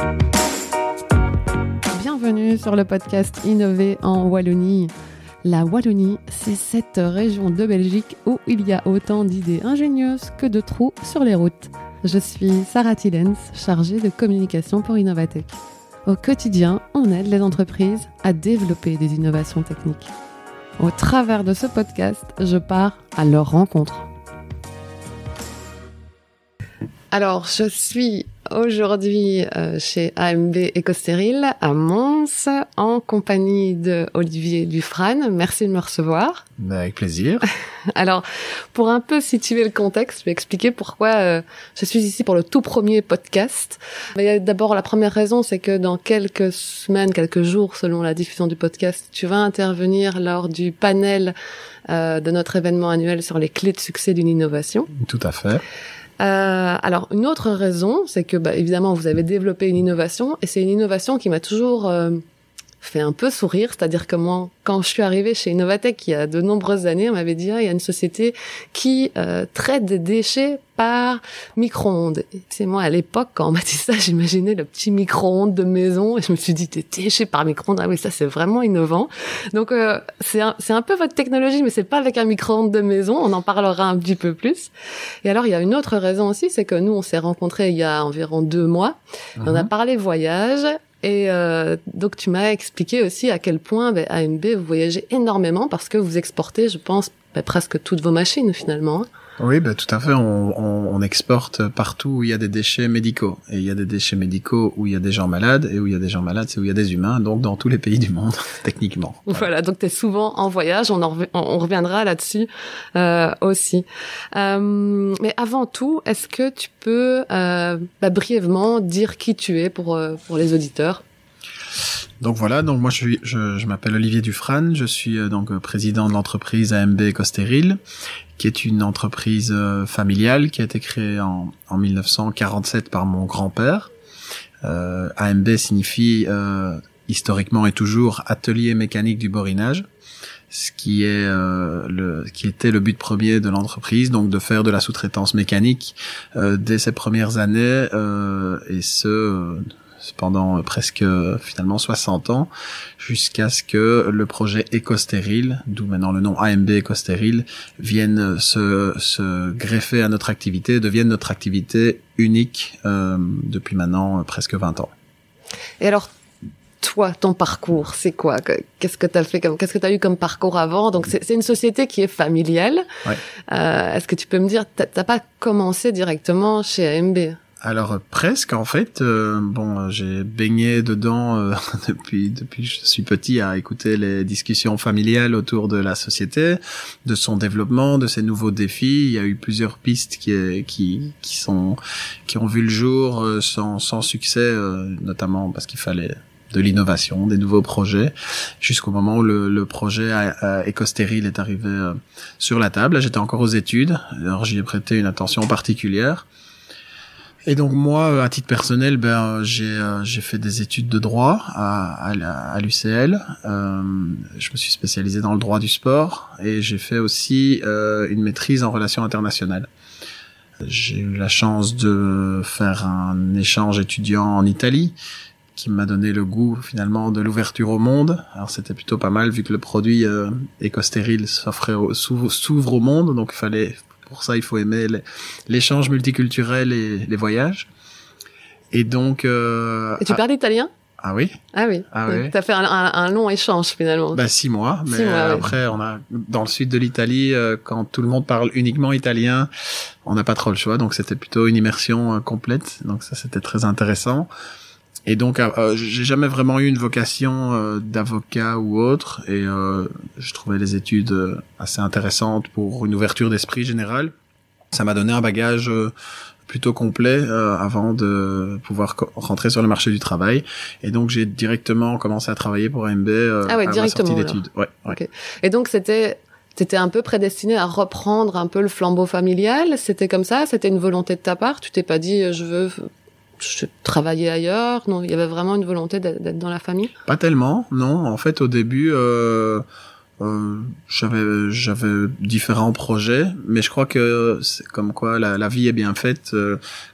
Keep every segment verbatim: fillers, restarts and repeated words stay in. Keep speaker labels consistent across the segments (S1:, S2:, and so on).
S1: Bienvenue sur le podcast Innover en Wallonie. La Wallonie, c'est cette région de Belgique où il y a autant d'idées ingénieuses que de trous sur les routes. Je suis Sarah Tillens, chargée de communication pour Innovatech. Au quotidien, on aide les entreprises à développer des innovations techniques. Au travers de ce podcast, je pars à leur rencontre. Alors, je suis aujourd'hui euh, chez A M B Ecostérile à Mons, en compagnie de Olivier Dufrane. Merci de me recevoir.
S2: Avec plaisir.
S1: Alors, pour un peu situer le contexte, je vais expliquer pourquoi euh, je suis ici pour le tout premier podcast. Mais d'abord, la première raison, c'est que dans quelques semaines, quelques jours, selon la diffusion du podcast, tu vas intervenir lors du panel euh, de notre événement annuel sur les clés de succès d'une innovation.
S2: Tout à fait.
S1: Euh, alors, une autre raison, c'est que, bah, évidemment, vous avez développé une innovation, et c'est une innovation qui m'a toujours euh, fait un peu sourire. C'est-à-dire que moi, quand je suis arrivée chez Innovatech il y a de nombreuses années, on m'avait dit ah, il y a une société qui euh, traite des déchets par micro-ondes. Et c'est moi, à l'époque, quand on m'a dit ça, j'imaginais le petit micro-ondes de maison, et je me suis dit des déchets par micro-ondes, ah oui, ça c'est vraiment innovant. Donc euh, c'est un, c'est un peu votre technologie, mais c'est pas avec un micro-ondes de maison. On en parlera un petit peu plus. Et alors il y a une autre raison aussi, c'est que nous on s'est rencontrés il y a environ deux mois. Mm-hmm. On a parlé voyage. Et euh, donc tu m'as expliqué aussi à quel point ben, A M B vous voyagez énormément parce que vous exportez, je pense, ben, presque toutes vos machines finalement.
S2: Oui, ben, tout à fait. On, on, on exporte partout où il y a des déchets médicaux. Et il y a des déchets médicaux où il y a des gens malades. Et où il y a des gens malades, c'est où il y a des humains. Donc dans tous les pays du monde, techniquement.
S1: Voilà, voilà, donc tu es souvent en voyage. On, en, on reviendra là-dessus euh, aussi. Euh, mais avant tout, est-ce que tu peux euh, bah, brièvement dire qui tu es pour, euh, pour les auditeurs ?
S2: Donc voilà, donc moi je suis, je, je m'appelle Olivier Dufrane, je suis euh, donc président de l'entreprise A M B Ecostérile, qui est une entreprise euh, familiale qui a été créée en, en mille neuf cent quarante-sept par mon grand-père. Euh, A M B signifie euh, historiquement et toujours atelier mécanique du borinage, ce qui est euh, le, qui était le but premier de l'entreprise, donc de faire de la sous-traitance mécanique euh, dès ses premières années euh, et ce. Euh, pendant euh, presque euh, finalement soixante ans, jusqu'à ce que le projet Ecostérile, d'où maintenant le nom A M B Ecostérile, vienne se, se greffer à notre activité, devienne notre activité unique euh, depuis maintenant euh, presque vingt ans.
S1: Et alors, toi, ton parcours, c'est quoi ? Qu'est-ce que t'as fait comme, qu'est-ce que t'as eu comme parcours avant ? Donc, c'est, c'est une société qui est familiale. Ouais. Euh, est-ce que tu peux me dire, t'as, t'as pas commencé directement chez A M B ?
S2: Alors presque en fait. Euh, bon, j'ai baigné dedans euh, depuis depuis que je suis petit à écouter les discussions familiales autour de la société, de son développement, de ses nouveaux défis. Il y a eu plusieurs pistes qui qui qui sont qui ont vu le jour euh, sans sans succès, euh, notamment parce qu'il fallait de l'innovation, des nouveaux projets, jusqu'au moment où le, le projet à, à Ecostérile est arrivé euh, sur la table. Là, j'étais encore aux études, alors j'y ai prêté une attention particulière. Et donc moi, à titre personnel, ben j'ai euh, j'ai fait des études de droit à à, à l'U C L. Euh, je me suis spécialisé dans le droit du sport et j'ai fait aussi euh, une maîtrise en relations internationales. J'ai eu la chance de faire un échange étudiant en Italie qui m'a donné le goût finalement de l'ouverture au monde. Alors c'était plutôt pas mal vu que le produit euh, Ecostérile s'offrait au, s'ouvre, s'ouvre au monde, donc il fallait pour ça, il faut aimer l'échange multiculturel et les voyages. Et donc... Euh,
S1: et tu parles italien ?
S2: Ah oui.
S1: Ah oui.
S2: Ah oui.
S1: T'as fait un, un, un long échange finalement.
S2: Bah six mois. Mais six mois, après, oui. on a dans le sud de l'Italie, euh, quand tout le monde parle uniquement italien, on n'a pas trop le choix. Donc c'était plutôt une immersion euh, complète. Donc ça, c'était très intéressant. Et donc, euh, j'ai jamais vraiment eu une vocation euh, d'avocat ou autre, et euh, je trouvais les études assez intéressantes pour une ouverture d'esprit générale. Ça m'a donné un bagage euh, plutôt complet euh, avant de pouvoir co- rentrer sur le marché du travail. Et donc, j'ai directement commencé à travailler pour A M B euh,
S1: ah ouais,
S2: à ma sortie d'études. Ouais, ouais.
S1: Okay. Et donc, c'était... T'étais un peu prédestiné à reprendre un peu le flambeau familial. C'était comme ça. C'était une volonté de ta part. Tu t'es pas dit je veux je travaillais ailleurs. Non, il y avait vraiment une volonté d'être, d'être dans la famille.
S2: Pas tellement, non. En fait, au début, euh, euh, j'avais j'avais différents projets, mais je crois que c'est comme quoi la, la vie est bien faite. Euh,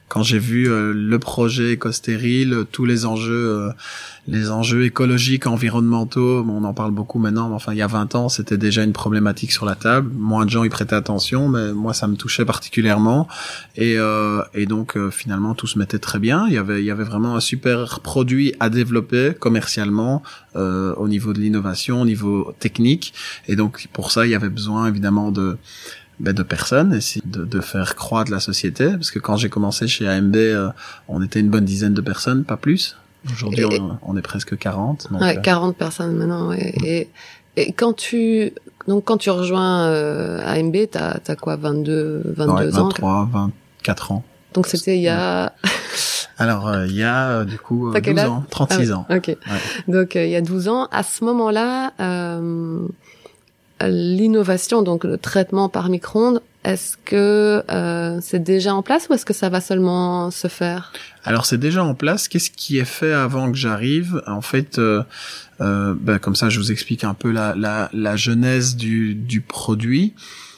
S2: quand j'ai vu euh, le projet éco-stérile, tous les enjeux, euh, les enjeux écologiques, environnementaux, bon, on en parle beaucoup maintenant, mais enfin il y a vingt ans, c'était déjà une problématique sur la table. Moins de gens y prêtaient attention, mais moi ça me touchait particulièrement. Et, euh, et donc euh, finalement tout se mettait très bien. Il y avait, il y avait vraiment un super produit à développer commercialement euh, au niveau de l'innovation, au niveau technique. Et donc pour ça il y avait besoin évidemment de Ben de personnes, et de, de faire croître la société, parce que quand j'ai commencé chez A M B, euh, on était une bonne dizaine de personnes, pas plus. Aujourd'hui, et... on, on est presque quarante. Donc,
S1: ouais,
S2: euh...
S1: quarante personnes maintenant. Ouais. Mmh. Et, et quand tu donc quand tu rejoins euh, A M B, t'as t'as quoi, vingt-deux, vingt-deux
S2: ouais,
S1: ans?
S2: vingt-trois, vingt-quatre ans.
S1: Donc c'était il y a.
S2: Alors euh, il y a euh, du coup euh, douze ans, trente-six
S1: ah,
S2: ans.
S1: Ok. Ouais. Donc euh, il y a douze ans, à ce moment-là. Euh, L'innovation, donc le traitement par micro-ondes, est-ce que euh, c'est déjà en place ou est-ce que ça va seulement se faire?
S2: Alors c'est déjà en place. Qu'est-ce qui est fait avant que j'arrive? En fait, euh, euh, ben, comme ça je vous explique un peu la, la, la genèse du, du produit.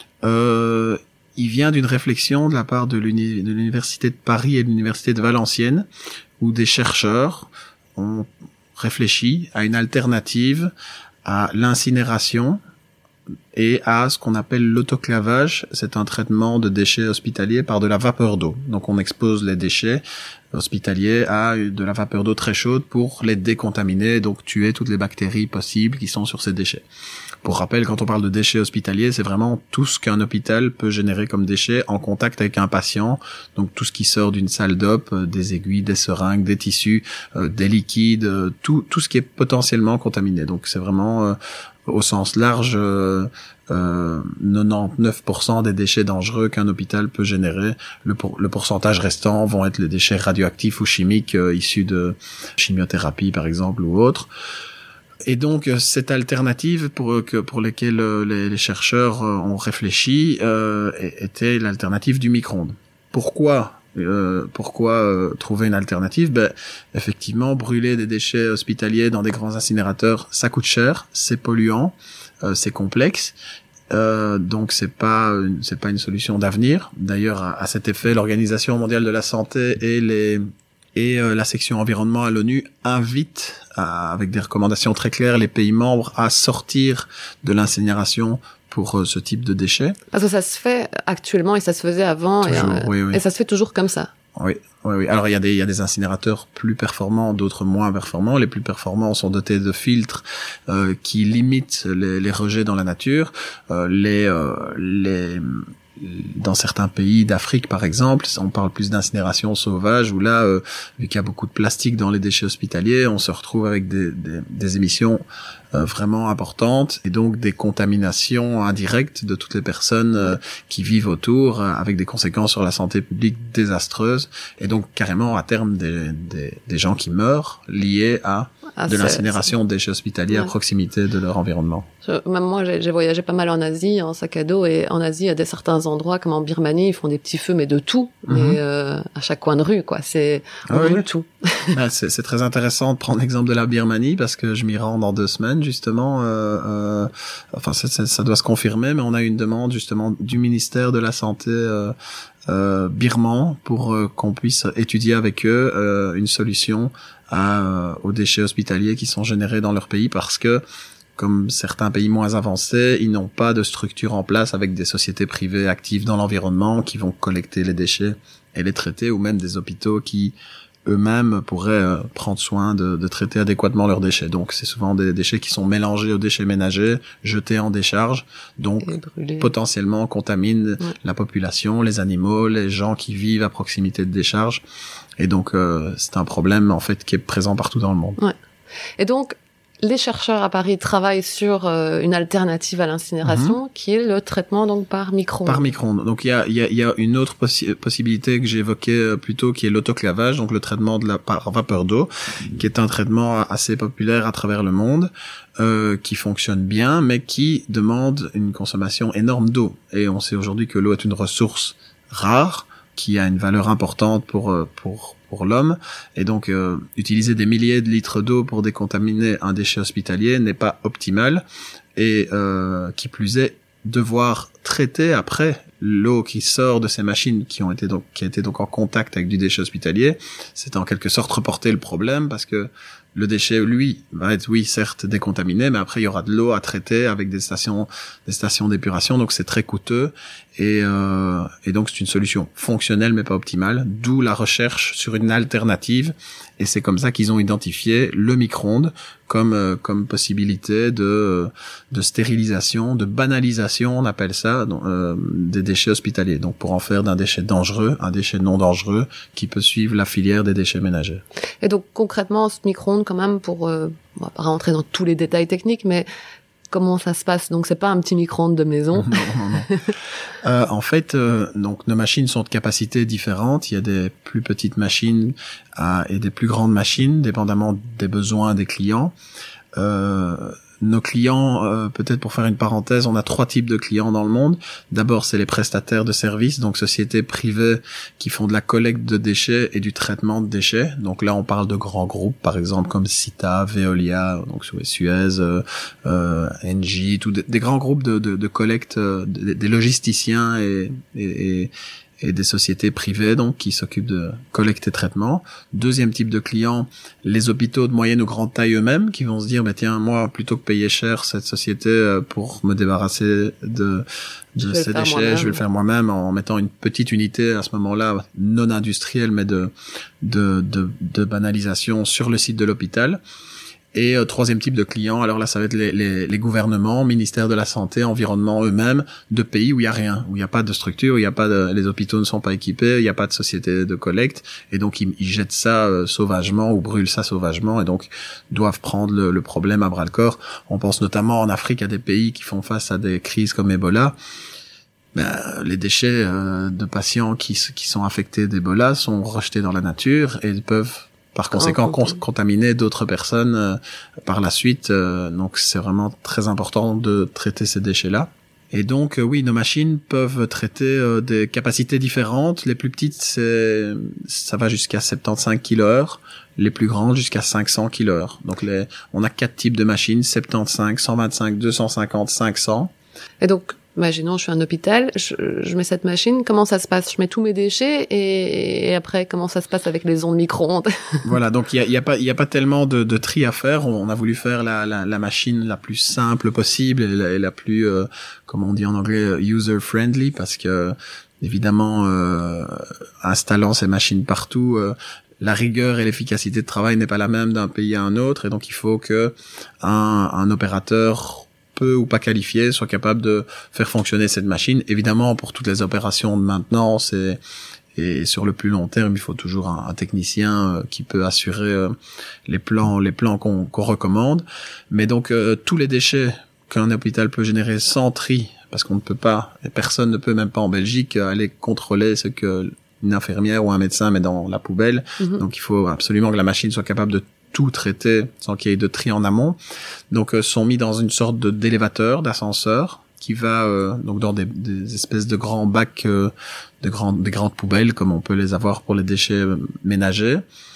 S2: Euh, il vient d'une réflexion de la part de, l'uni- de l'Université de Paris et de l'Université de Valenciennes, où des chercheurs ont réfléchi à une alternative à l'incinération et à ce qu'on appelle l'autoclavage. C'est un traitement de déchets hospitaliers par de la vapeur d'eau. Donc on expose les déchets hospitaliers à de la vapeur d'eau très chaude pour les décontaminer, donc tuer toutes les bactéries possibles qui sont sur ces déchets. Pour rappel, quand on parle de déchets hospitaliers, c'est vraiment tout ce qu'un hôpital peut générer comme déchets en contact avec un patient. Donc tout ce qui sort d'une salle d'op, euh, des aiguilles, des seringues, des tissus, euh, des liquides, euh, tout tout ce qui est potentiellement contaminé. Donc c'est vraiment euh, au sens large euh, euh, quatre-vingt-dix-neuf pour cent des déchets dangereux qu'un hôpital peut générer. Le, pour, le pourcentage restant vont être les déchets radioactifs ou chimiques euh, issus de chimiothérapie par exemple ou autres. Et donc cette alternative pour que pour lesquelles les, les chercheurs ont réfléchi euh, était l'alternative du micro-ondes. Pourquoi euh, pourquoi euh, trouver une alternative? Ben effectivement, brûler des déchets hospitaliers dans des grands incinérateurs, ça coûte cher, c'est polluant, euh, c'est complexe. Euh, donc c'est pas une, c'est pas une solution d'avenir. D'ailleurs à, à cet effet, l'Organisation mondiale de la santé et les et euh, la section environnement à l'ONU invite, à, avec des recommandations très claires, les pays membres à sortir de l'incinération pour euh, ce type de déchets.
S1: Parce que ça se fait actuellement et ça se faisait avant.
S2: Toujours,
S1: et, euh,
S2: oui, oui.
S1: et ça se fait toujours comme ça.
S2: Oui, oui, oui. Alors il y a des il y a des incinérateurs plus performants, d'autres moins performants. Les plus performants sont dotés de filtres euh, qui limitent les, les rejets dans la nature. Euh, les euh, les Dans certains pays d'Afrique, par exemple, on parle plus d'incinération sauvage, où là, euh, vu qu'il y a beaucoup de plastique dans les déchets hospitaliers, on se retrouve avec des, des, des émissions euh, vraiment importantes, et donc des contaminations indirectes de toutes les personnes euh, qui vivent autour, euh, avec des conséquences sur la santé publique désastreuses, et donc carrément à terme des, des, des gens qui meurent liés à ah, de l'incinération de déchets hospitaliers ouais. à proximité de leur environnement.
S1: Je, même moi, j'ai, j'ai voyagé pas mal en Asie, en sac à dos, et en Asie, il y a des certains endroits, comme en Birmanie, ils font des petits feux, mais de tout, mm-hmm. et euh, à chaque coin de rue, quoi. C'est on ah, oui. tout.
S2: ah, c'est, c'est très intéressant de prendre l'exemple de la Birmanie, parce que je m'y rends dans deux semaines, justement. Euh, euh, enfin, ça, ça, ça doit se confirmer, mais on a eu une demande, justement, du ministère de la Santé euh, euh, birman pour euh, qu'on puisse étudier avec eux euh, une solution à, euh, aux déchets hospitaliers qui sont générés dans leur pays, parce que comme certains pays moins avancés, ils n'ont pas de structure en place avec des sociétés privées actives dans l'environnement qui vont collecter les déchets et les traiter, ou même des hôpitaux qui eux-mêmes pourraient euh, prendre soin de, de traiter adéquatement leurs déchets. Donc c'est souvent des déchets qui sont mélangés aux déchets ménagers, jetés en décharge, donc potentiellement contaminent ouais. la population, les animaux, les gens qui vivent à proximité de décharges. Et donc euh, c'est un problème en fait qui est présent partout dans le monde.
S1: Ouais. Et donc les chercheurs à Paris travaillent sur euh, une alternative à l'incinération, mmh. qui est le traitement donc par micro-ondes.
S2: Par micro-ondes. Donc il y a il y a il y a une autre possi- possibilité que j'évoquais plus tôt, qui est l'autoclavage, donc le traitement de la par vapeur d'eau, mmh. qui est un traitement assez populaire à travers le monde, euh, qui fonctionne bien, mais qui demande une consommation énorme d'eau. Et on sait aujourd'hui que l'eau est une ressource rare, qui a une valeur importante pour pour pour l'homme, et donc euh, utiliser des milliers de litres d'eau pour décontaminer un déchet hospitalier n'est pas optimal, et euh, qui plus est, devoir traiter après l'eau qui sort de ces machines qui ont été donc qui a été donc en contact avec du déchet hospitalier, c'est en quelque sorte reporter le problème parce que le déchet, lui, va être, oui, certes, décontaminé, mais après, il y aura de l'eau à traiter avec des stations, des stations d'épuration, donc c'est très coûteux. Et, euh, et donc, c'est une solution fonctionnelle, mais pas optimale, d'où la recherche sur une alternative. Et c'est comme ça qu'ils ont identifié le micro-ondes comme, euh, comme possibilité de, de stérilisation, de banalisation, on appelle ça, euh, des déchets hospitaliers. Donc, pour en faire d'un déchet dangereux, un déchet non dangereux, qui peut suivre la filière des déchets ménagers.
S1: Et donc, concrètement, ce micro-ondes, quand même, pour, euh, on va pas rentrer dans tous les détails techniques, mais comment ça se passe? Donc, c'est pas un petit micro-ondes de maison.
S2: Non, non, non. euh, en fait, euh, donc nos machines sont de capacités différentes. Il y a des plus petites machines à, et des plus grandes machines, dépendamment des besoins des clients. Euh, nos clients, euh, peut-être pour faire une parenthèse, on a trois types de clients dans le monde. D'abord, c'est les prestataires de services, donc sociétés privées qui font de la collecte de déchets et du traitement de déchets. Donc là, on parle de grands groupes, par exemple comme Sita, Veolia, donc Suez, euh, euh, Engie, tout des, des grands groupes de, de, de collecte, euh, des, des logisticiens et, et, et et des sociétés privées donc qui s'occupent de collecte et traitement. Deuxième type de clients, les hôpitaux de moyenne ou grande taille eux-mêmes qui vont se dire bah tiens, moi plutôt que payer cher cette société pour me débarrasser de de ces déchets, je vais le faire moi-même en mettant une petite unité à ce moment-là non industrielle mais de de de, de banalisation sur le site de l'hôpital. Et euh, troisième type de clients, alors là ça va être les, les, les gouvernements, ministères de la santé, environnement eux-mêmes, de pays où il y a rien, où il n'y a pas de structure, où il y a pas de, les hôpitaux ne sont pas équipés, il n'y a pas de société de collecte, et donc ils, ils jettent ça euh, sauvagement ou brûlent ça sauvagement, et donc doivent prendre le, le problème à bras le corps. On pense notamment en Afrique à des pays qui font face à des crises comme Ebola. Ben, les déchets euh, de patients qui, qui sont affectés d'Ebola sont rejetés dans la nature et ils peuvent par conséquent con- contaminer d'autres personnes euh, par la suite. Euh, donc c'est vraiment très important de traiter ces déchets-là. Et donc euh, oui, nos machines peuvent traiter euh, des capacités différentes. Les plus petites, c'est ça va jusqu'à soixante-quinze kiloheures. Les plus grandes jusqu'à cinq cents kiloheures. Donc les, on a quatre types de machines, soixante-quinze, cent vingt-cinq, deux cent cinquante, cinq cents.
S1: Et donc imaginons, je suis un hôpital, je, je mets cette machine, comment ça se passe? Je mets tous mes déchets et, et après, comment ça se passe avec les ondes micro-ondes?
S2: Voilà, donc il y a, y a pas, il y a pas tellement de, de tri à faire. On a voulu faire la, la, la machine la plus simple possible et la, et la plus, euh, comme on dit en anglais, user-friendly, parce que évidemment, euh, installant ces machines partout, euh, la rigueur et l'efficacité de travail n'est pas la même d'un pays à un autre, et donc il faut que un, un opérateur peu ou pas qualifié soit capable de faire fonctionner cette machine. Évidemment, pour toutes les opérations de maintenance et, et sur le plus long terme, il faut toujours un, un technicien euh, qui peut assurer euh, les plans, les plans qu'on, qu'on recommande. Mais donc euh, tous les déchets qu'un hôpital peut générer sans tri, parce qu'on ne peut pas, et personne ne peut même pas en Belgique aller contrôler ce que une infirmière ou un médecin met dans la poubelle. Mmh. Donc il faut absolument que la machine soit capable de tout traiter sans qu'il y ait de tri en amont. Donc euh, sont mis dans une sorte de d'élévateur, d'ascenseur qui va euh, donc dans des, des espèces de grands bacs, euh, de grandes des grandes poubelles comme on peut les avoir pour les déchets euh, ménagers,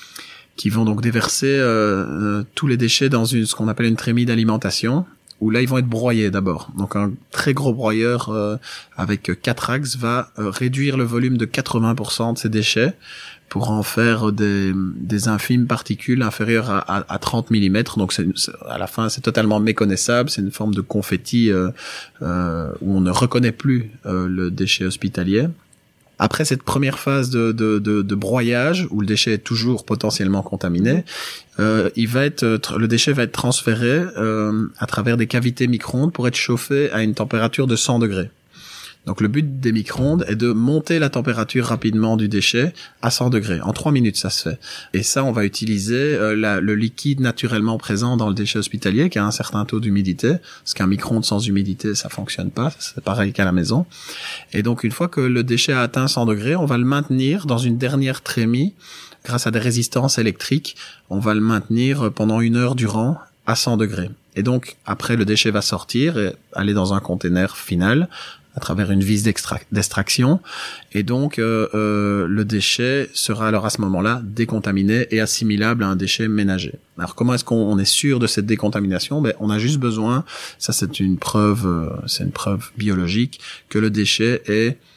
S2: qui vont donc déverser euh, euh, tous les déchets dans une ce qu'on appelle une trémie d'alimentation, où là ils vont être broyés d'abord. Donc un très gros broyeur euh, avec quatre axes va euh, réduire le volume de quatre-vingts pour cent de ces déchets pour en faire des, des infimes particules inférieures à, à, à trente millimètres. Donc c'est, c'est, à la fin c'est totalement méconnaissable, c'est une forme de confetti euh, euh, où on ne reconnaît plus euh, le déchet hospitalier. Après cette première phase de, de, de, de broyage, où le déchet est toujours potentiellement contaminé, euh, il va être, le déchet va être transféré euh, à travers des cavités micro-ondes pour être chauffé à une température de cent degrés. Donc le but des micro-ondes est de monter la température rapidement du déchet à cent degrés. En trois minutes, ça se fait. Et ça, on va utiliser euh, la, le liquide naturellement présent dans le déchet hospitalier, qui a un certain taux d'humidité. Parce qu'un micro-ondes sans humidité, ça fonctionne pas. C'est pareil qu'à la maison. Et donc, une fois que le déchet a atteint cent degrés, on va le maintenir dans une dernière trémie. Grâce à des résistances électriques, on va le maintenir pendant une heure durant à cent degrés. Et donc, après, le déchet va sortir et aller dans un conteneur final à travers une vis d'extra- d'extraction, et donc euh, euh, le déchet sera alors à ce moment-là décontaminé et assimilable à un déchet ménager. Alors comment est-ce qu'on est sûr de cette décontamination? Ben on a juste besoin, ça c'est une preuve, euh, c'est une preuve biologique, que le déchet est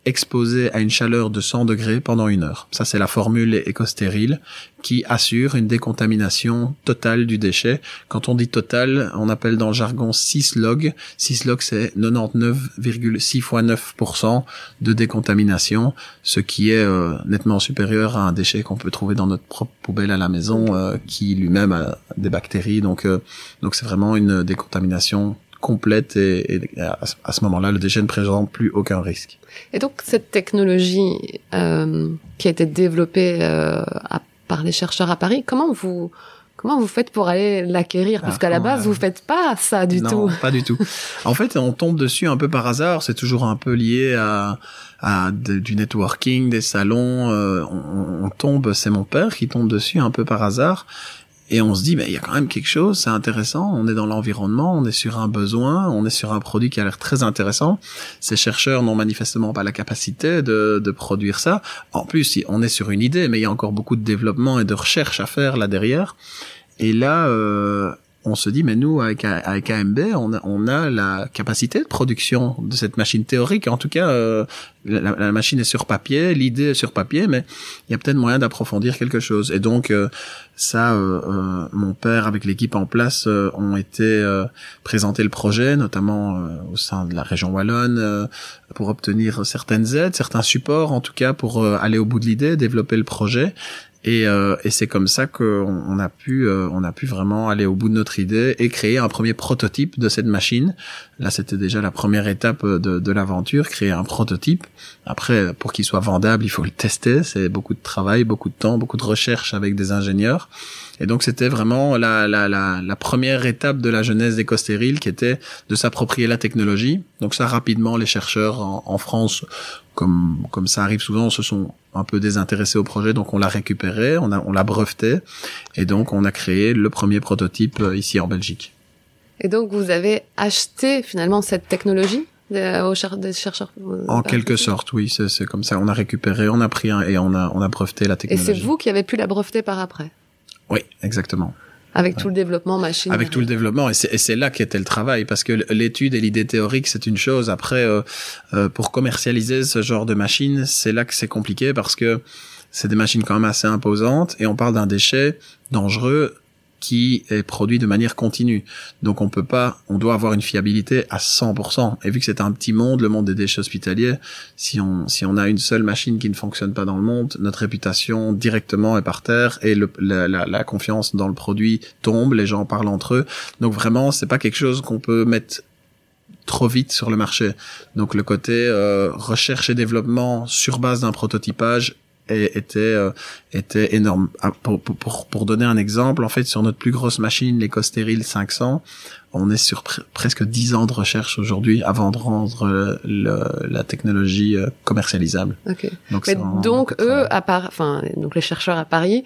S2: exposé à une chaleur de cent degrés pendant une heure. Ça, c'est la formule éco-stérile qui assure une décontamination totale du déchet. Quand on dit total, on appelle dans le jargon six log. six log, c'est quatre-vingt-dix-neuf virgule six fois neuf pour cent de décontamination, ce qui est euh, nettement supérieur à un déchet qu'on peut trouver dans notre propre poubelle à la maison, euh, qui lui-même a des bactéries. Donc, euh, donc c'est vraiment une décontamination complète et, et à ce moment-là, le déchet ne présente plus aucun risque.
S1: Et donc, cette technologie euh, qui a été développée euh, à, par les chercheurs à Paris, comment vous comment vous faites pour aller l'acquérir? Parce ah, qu'à la base, euh... vous faites pas ça du
S2: non,
S1: tout.
S2: Non, pas du tout. En fait, on tombe dessus un peu par hasard. C'est toujours un peu lié à, à de, du networking, des salons. Euh, on, on tombe, c'est mon père qui tombe dessus un peu par hasard. Et on se dit, ben, il y a quand même quelque chose, c'est intéressant, on est dans l'environnement, on est sur un besoin, on est sur un produit qui a l'air très intéressant. Ces chercheurs n'ont manifestement pas la capacité de, de produire ça. En plus, on est sur une idée, mais il y a encore beaucoup de développement et de recherche à faire là derrière. Et là, euh, on se dit, mais nous, avec, avec A M B, on a, on a la capacité de production de cette machine théorique. En tout cas, euh, la, la machine est sur papier, l'idée est sur papier, mais il y a peut-être moyen d'approfondir quelque chose. Et donc, euh, ça, euh, euh, mon père, avec l'équipe en place, euh, ont été euh, présenter le projet, notamment euh, au sein de la région wallonne, euh, pour obtenir certaines aides, certains supports, en tout cas, pour euh, aller au bout de l'idée, développer le projet. Et, euh, et c'est comme ça qu'on on a pu, euh, on a pu vraiment aller au bout de notre idée et créer un premier prototype de cette machine. Là, c'était déjà la première étape de, de l'aventure, créer un prototype. Après, pour qu'il soit vendable, il faut le tester. C'est beaucoup de travail, beaucoup de temps, beaucoup de recherche avec des ingénieurs. Et donc, c'était vraiment la, la, la, la première étape de la genèse d'EcoStéril, qui était de s'approprier la technologie. Donc ça, rapidement, les chercheurs en, en France, comme comme ça arrive souvent, se sont un peu désintéressés au projet, donc on l'a récupéré, on a on l'a breveté, et donc on a créé le premier prototype ici en Belgique.
S1: Et donc vous avez acheté finalement cette technologie des, aux cher- des chercheurs.
S2: En quelque sorte, oui, c'est c'est comme ça. On a récupéré, on a pris un, et on a on a breveté la technologie.
S1: Et c'est vous qui avez pu la breveter par après.
S2: Oui, exactement.
S1: Avec
S2: ouais.
S1: tout le développement machine.
S2: Avec tout le développement, et c'est, et c'est là qu'était le travail, parce que l'étude et l'idée théorique, c'est une chose. Après, euh, euh, pour commercialiser ce genre de machine, c'est là que c'est compliqué, parce que c'est des machines quand même assez imposantes, et on parle d'un déchet dangereux qui est produit de manière continue. Donc on peut pas, on doit avoir une fiabilité à cent pour cent. Et vu que c'est un petit monde, le monde des déchets hospitaliers, si on si on a une seule machine qui ne fonctionne pas dans le monde, notre réputation directement est par terre et le, la, la, la confiance dans le produit tombe, les gens parlent entre eux. Donc vraiment, c'est pas quelque chose qu'on peut mettre trop vite sur le marché. Donc le côté euh, recherche et développement sur base d'un prototypage Et était euh, était énorme. Pour, pour pour donner un exemple, en fait, sur notre plus grosse machine, l'EcoStéril cinq cents, on est sur pr- presque dix ans de recherche aujourd'hui avant de rendre le, le, la technologie euh, commercialisable.
S1: Okay.
S2: Donc,
S1: Mais donc eux, à part, enfin, donc les chercheurs à Paris,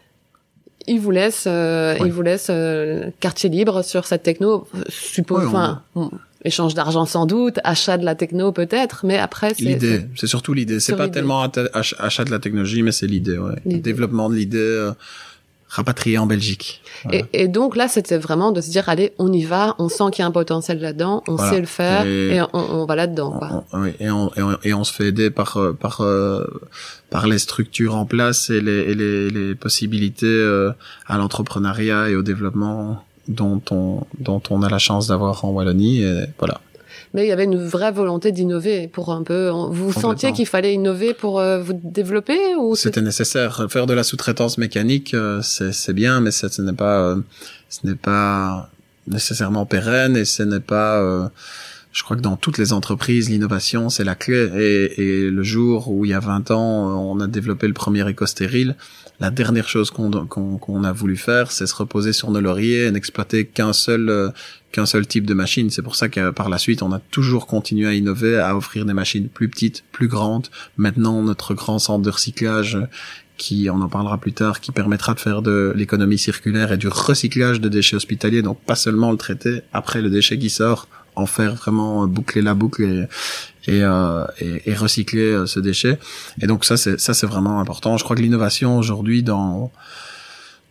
S1: ils vous laissent, euh, oui. ils vous laissent euh, quartier libre sur cette techno. Suppose, enfin. Oui, échange d'argent sans doute, achat de la techno peut-être, mais après c'est...
S2: L'idée,
S1: c'est,
S2: c'est surtout l'idée. C'est pas
S1: l'idée.
S2: tellement achat de la technologie, mais c'est l'idée, ouais. L'idée. Développement de l'idée euh, rapatriée en Belgique.
S1: Voilà. Et, et donc là, c'était vraiment de se dire, allez, on y va, on sent qu'il y a un potentiel là-dedans, on voilà. sait le faire, et, et on, on va là-dedans, quoi.
S2: On, oui, et on, et on, et on se fait aider par, par, euh, par les structures en place et les, et les, les possibilités euh, à l'entrepreneuriat et au développement dont on dont on a la chance d'avoir en Wallonie, et voilà.
S1: Mais il y avait une vraie volonté d'innover pour un peu. Vous sentiez qu'il fallait innover pour euh, vous développer, ou
S2: c'était nécessaire. Faire de la sous-traitance mécanique, euh, c'est c'est bien, mais ça, ce n'est pas euh, ce n'est pas nécessairement pérenne, et ce n'est pas euh, je crois que dans toutes les entreprises, l'innovation, c'est la clé. Et, et le jour où il y a vingt ans, on a développé le premier EcoStéril, la dernière chose qu'on, qu'on, qu'on a voulu faire, c'est se reposer sur nos lauriers et n'exploiter qu'un seul, euh, qu'un seul type de machine. C'est pour ça que par la suite, on a toujours continué à innover, à offrir des machines plus petites, plus grandes. Maintenant, notre grand centre de recyclage, qui, on en parlera plus tard, qui permettra de faire de l'économie circulaire et du recyclage de déchets hospitaliers. Donc, pas seulement le traiter, après le déchet qui sort, en faire vraiment boucler la boucle et et, euh, et, et recycler ce déchet. Et donc ça c'est ça c'est vraiment important. Je crois que l'innovation aujourd'hui dans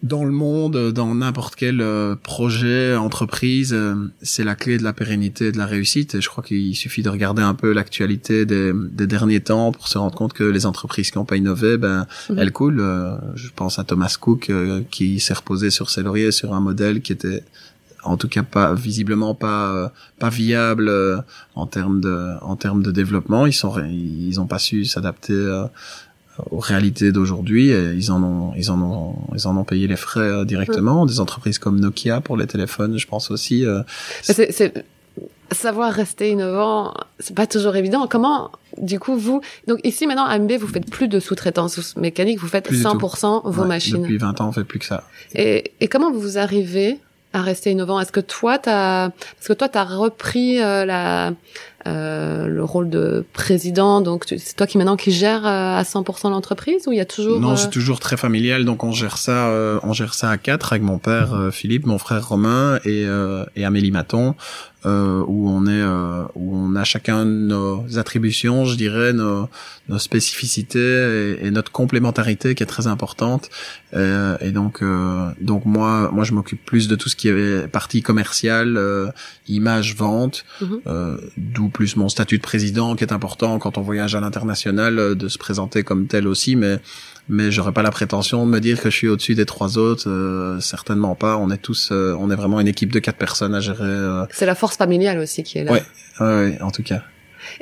S2: dans le monde, dans n'importe quel euh, projet, entreprise, euh, c'est la clé de la pérennité et de la réussite. Et je crois qu'il suffit de regarder un peu l'actualité des, des derniers temps pour se rendre compte que les entreprises qui n'ont pas innové, ben, mmh. elles coulent. Euh, je pense à Thomas Cook euh, qui s'est reposé sur ses lauriers, sur un modèle qui était, en tout cas, pas visiblement pas euh, pas viable euh, en termes de en termes de développement. Ils sont ils ont pas su s'adapter Euh, aux réalités d'aujourd'hui, et ils en ont ils en ont ils en ont payé les frais euh, directement. Mmh. Des entreprises comme Nokia pour les téléphones, je pense aussi. Euh,
S1: c'est, c'est savoir rester innovant, c'est pas toujours évident. Comment, du coup, vous donc ici maintenant à M B, vous faites plus de sous-traitance mécanique, vous faites cent pour cent vos
S2: ouais,
S1: machines.
S2: Depuis vingt ans, on fait plus que ça.
S1: Et et comment vous arrivez à rester innovant? Est-ce que toi t'as parce que toi t'as repris euh, la Euh, le rôle de président, donc tu, c'est toi qui maintenant qui gère euh, à cent pour cent l'entreprise, ou il y a toujours
S2: Non,
S1: euh...
S2: c'est toujours très familial, donc on gère ça euh, on gère ça à quatre avec mon père euh, Philippe, mon frère Romain et euh, et Amélie Maton, euh, où on est euh, où on a chacun nos attributions, je dirais, nos nos spécificités et, et notre complémentarité qui est très importante. Euh, et donc euh, donc moi moi je m'occupe plus de tout ce qui est partie commerciale, euh, image, vente, mm-hmm. euh, d'où plus mon statut de président qui est important quand on voyage à l'international, euh, de se présenter comme tel aussi, mais mais j'aurais pas la prétention de me dire que je suis au-dessus des trois autres, euh, certainement pas. On est tous euh, on est vraiment une équipe de quatre personnes à gérer. Euh...
S1: C'est la force familiale aussi qui est là.
S2: Ouais, ouais, en tout cas.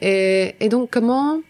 S1: Et et donc comment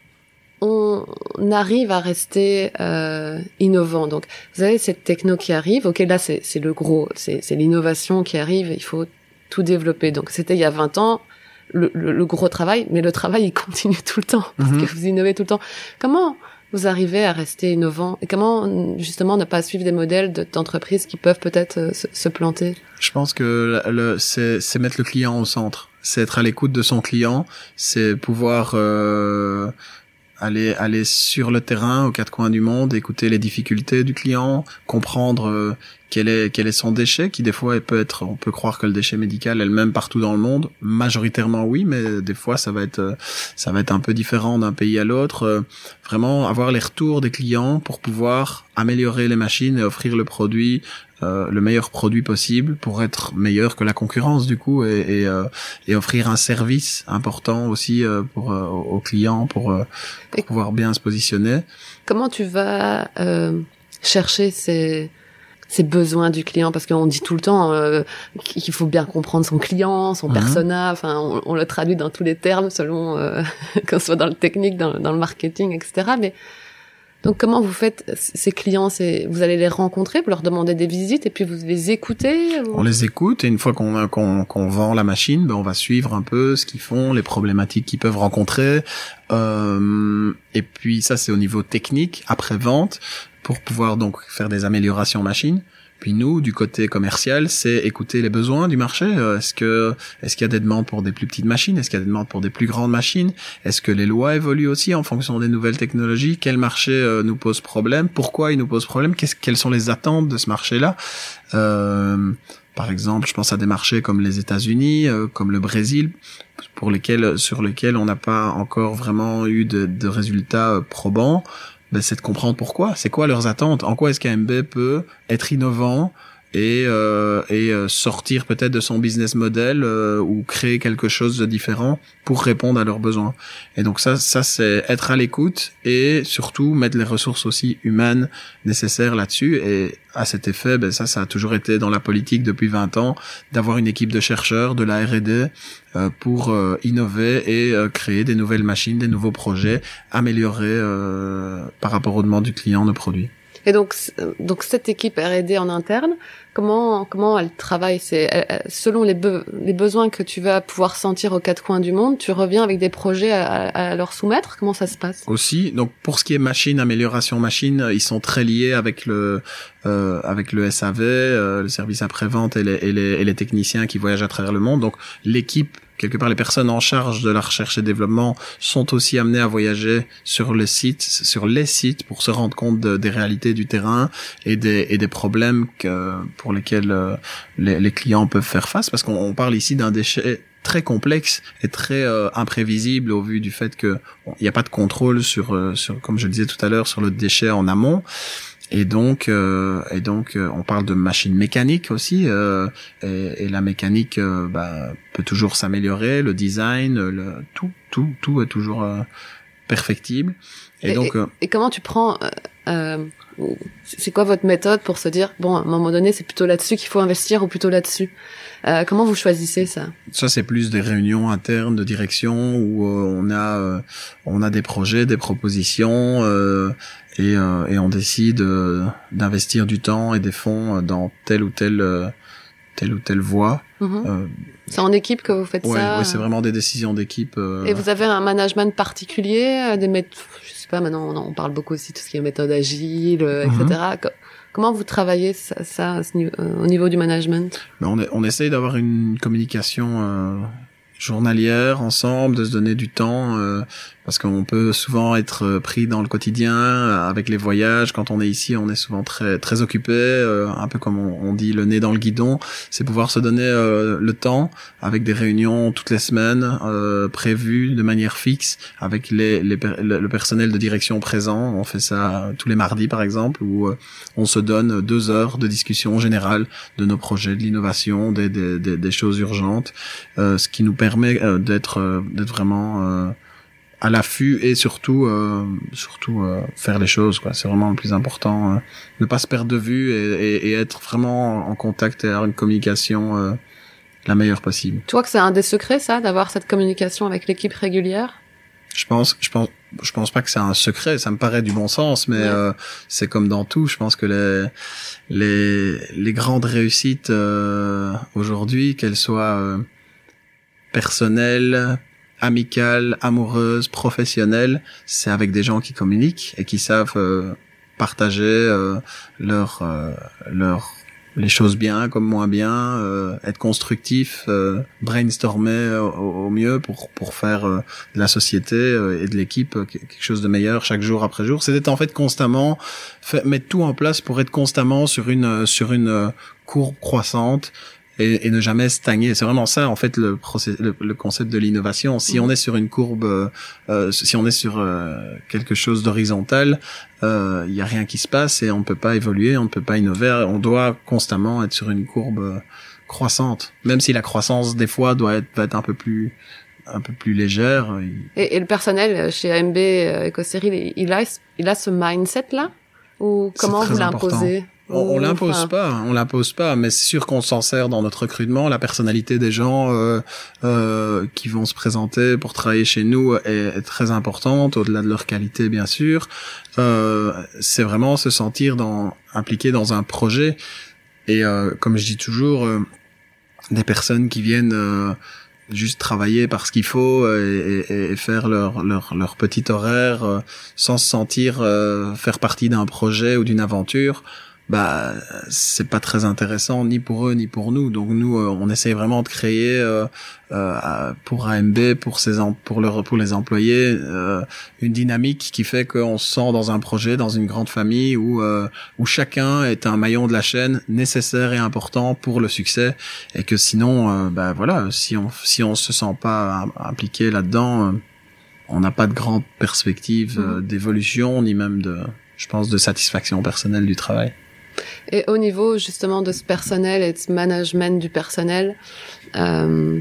S1: on arrive à rester euh, innovant? Donc vous avez cette techno qui arrive, ok, là c'est c'est le gros, c'est c'est l'innovation qui arrive, il faut tout développer. Donc c'était il y a vingt ans. Le, le, le gros travail, mais le travail il continue tout le temps parce mm-hmm. que vous innovez tout le temps. Comment vous arrivez à rester innovant et comment justement ne pas suivre des modèles de, d'entreprises qui peuvent peut-être euh, se, se planter?
S2: Je pense que le, c'est, c'est mettre le client au centre, c'est être à l'écoute de son client, c'est pouvoir euh, aller aller sur le terrain aux quatre coins du monde, écouter les difficultés du client, comprendre euh, quel est quel est son déchet, qui des fois il peut être, on peut croire que le déchet médical est le même partout dans le monde, majoritairement oui, mais des fois ça va être ça va être un peu différent d'un pays à l'autre. Euh, vraiment avoir les retours des clients pour pouvoir améliorer les machines et offrir le produit euh, le meilleur produit possible pour être meilleur que la concurrence du coup, et et, euh, et offrir un service important aussi euh, pour euh, aux clients pour, euh, pour pouvoir bien se positionner.
S1: Comment tu vas euh, chercher ces ces besoins du client, parce qu'on dit tout le temps euh, qu'il faut bien comprendre son client, son mmh. persona, enfin on, on le traduit dans tous les termes selon euh, qu'on soit dans le technique, dans, dans le marketing, et cetera. Mais donc comment vous faites ces clients? C'est vous allez les rencontrer, vous leur demandez des visites et puis vous les écoutez ou...
S2: On les écoute, et une fois qu'on qu'on, qu'on vend la machine, ben on va suivre un peu ce qu'ils font, les problématiques qu'ils peuvent rencontrer. Euh, et puis ça c'est au niveau technique, après vente, pour pouvoir donc faire des améliorations machines. Puis nous, du côté commercial, c'est écouter les besoins du marché. Est-ce que, est-ce qu'il y a des demandes pour des plus petites machines? Est-ce qu'il y a des demandes pour des plus grandes machines? Est-ce que les lois évoluent aussi en fonction des nouvelles technologies? Quel marché euh, nous pose problème? Pourquoi il nous pose problème? Qu'est-ce, quelles sont les attentes de ce marché-là? Euh, par exemple, je pense à des marchés comme les États-Unis, euh, comme le Brésil, pour lesquels, sur lesquels on n'a pas encore vraiment eu de, de résultats euh, probants. Ben, c'est de comprendre pourquoi, c'est quoi leurs attentes, en quoi est-ce qu'A M B peut être innovant et euh, et euh, sortir peut-être de son business model euh, ou créer quelque chose de différent pour répondre à leurs besoins. Et donc ça ça c'est être à l'écoute et surtout mettre les ressources aussi humaines nécessaires là-dessus. Et à cet effet, ben ça ça a toujours été dans la politique depuis vingt ans, d'avoir une équipe de chercheurs, de la R et D euh, pour euh, innover et euh, créer des nouvelles machines, des nouveaux projets, améliorer euh, par rapport aux demandes du client nos produits.
S1: Et donc, donc cette équipe R et D en interne, comment comment elle travaille? C'est elle, selon les, be- les besoins que tu vas pouvoir sentir aux quatre coins du monde, tu reviens avec des projets à, à leur soumettre. Comment ça se passe?
S2: Aussi, donc pour ce qui est machine, amélioration machine, ils sont très liés avec le euh, avec le S A V, euh, le service après-vente et les, et les et les techniciens qui voyagent à travers le monde. Donc l'équipe, quelque part, les personnes en charge de la recherche et développement sont aussi amenées à voyager sur le site, sur les sites, pour se rendre compte de, des réalités du terrain et des, et des problèmes que, pour lesquels euh, les, les clients peuvent faire face, parce qu'on on parle ici d'un déchet très complexe et très euh, imprévisible au vu du fait que bon, il n'y a pas de contrôle sur, euh, sur, comme je le disais tout à l'heure, sur le déchet en amont. Et donc, euh, et donc, euh, on parle de machine mécanique aussi, euh, et, et la mécanique euh, bah, peut toujours s'améliorer, le design, le, tout, tout, tout est toujours euh, perfectible. Et, et donc,
S1: et,
S2: euh,
S1: et comment tu prends euh, euh, c'est quoi votre méthode pour se dire bon, à un moment donné, c'est plutôt là-dessus qu'il faut investir ou plutôt là-dessus? Euh, comment vous choisissez ça?
S2: Ça, c'est plus des réunions internes de direction où euh, on a euh, on a des projets, des propositions euh, et, euh, et on décide euh, d'investir du temps et des fonds dans telle ou telle euh, telle ou telle voie.
S1: Mm-hmm.
S2: Euh,
S1: c'est en équipe que vous faites
S2: ouais,
S1: ça?
S2: Oui, c'est vraiment des décisions d'équipe. Euh...
S1: Et vous avez un management particulier, des méthodes, je sais pas, maintenant on parle beaucoup aussi de tout ce qui est méthode agile, euh, et cetera. Mm-hmm. Comment vous travaillez ça, ça à ce niveau, euh, au niveau du management?
S2: Ben on, est, on essaye d'avoir une communication euh, journalière ensemble, de se donner du temps, euh, parce qu'on peut souvent être pris dans le quotidien avec les voyages. Quand on est ici, on est souvent très très occupé, euh, un peu comme on, on dit le nez dans le guidon. C'est pouvoir se donner euh, le temps avec des réunions toutes les semaines euh, prévues de manière fixe avec les, les le, le personnel de direction présent. On fait ça tous les mardis par exemple, où euh, on se donne deux heures de discussion générale de nos projets, de l'innovation, des des, des, des choses urgentes, euh, ce qui nous permet euh, d'être euh, d'être vraiment euh, à l'affût et surtout euh, surtout euh, faire les choses, quoi. C'est vraiment le plus important, euh, ne pas se perdre de vue et, et, et être vraiment en contact et avoir une communication euh, la meilleure possible.
S1: Tu vois que c'est un des secrets, ça, d'avoir cette communication avec l'équipe régulière?
S2: Je pense je pense je pense pas que c'est un secret, ça me paraît du bon sens, mais ouais. euh, c'est comme dans tout. Je pense que les les les grandes réussites euh, aujourd'hui, qu'elles soient euh, personnelles, amicale, amoureuse, professionnelle, c'est avec des gens qui communiquent et qui savent euh, partager euh, leur euh, leur les choses bien comme moins bien, euh, être constructif, euh, brainstormer au, au mieux pour pour faire euh, de la société euh, et de l'équipe euh, quelque chose de meilleur chaque jour après jour. C'est d'être en fait constamment fait, mettre tout en place pour être constamment sur une sur une euh, courbe croissante. Et, et ne jamais stagner. C'est vraiment ça, en fait, le, process, le, le concept de l'innovation. Si mmh. on est sur une courbe, euh, si on est sur euh, quelque chose d'horizontal, il euh, y a rien qui se passe et on ne peut pas évoluer, on ne peut pas innover. On doit constamment être sur une courbe croissante, même si la croissance des fois doit être, doit être un peu plus un peu plus légère.
S1: Et, et le personnel chez A M B Ecoseri, il a il a ce mindset là, ou comment vous l'imposez?
S2: On, on l'impose enfin... pas, on l'impose pas, mais c'est sûr qu'on s'en sert dans notre recrutement. La personnalité des gens euh, euh, qui vont se présenter pour travailler chez nous est, est très importante, au-delà de leur qualité bien sûr. Euh, c'est vraiment se sentir dans, impliqué dans un projet. Et euh, comme je dis toujours, euh, des personnes qui viennent euh, juste travailler parce qu'il faut et, et, et faire leur, leur, leur petit horaire euh, sans se sentir euh, faire partie d'un projet ou d'une aventure, bah c'est pas très intéressant ni pour eux ni pour nous. Donc nous euh, on essaye vraiment de créer euh, euh, pour A M B, pour ses em- pour leur pour les employés euh, une dynamique qui fait qu'on se sent dans un projet, dans une grande famille où euh, où chacun est un maillon de la chaîne nécessaire et important pour le succès, et que sinon euh, bah voilà, si on si on se sent pas impliqué là-dedans, euh, on n'a pas de grande perspective euh, d'évolution ni même de, je pense, de satisfaction personnelle du travail.
S1: Et au niveau justement de ce personnel et de ce management du personnel, euh,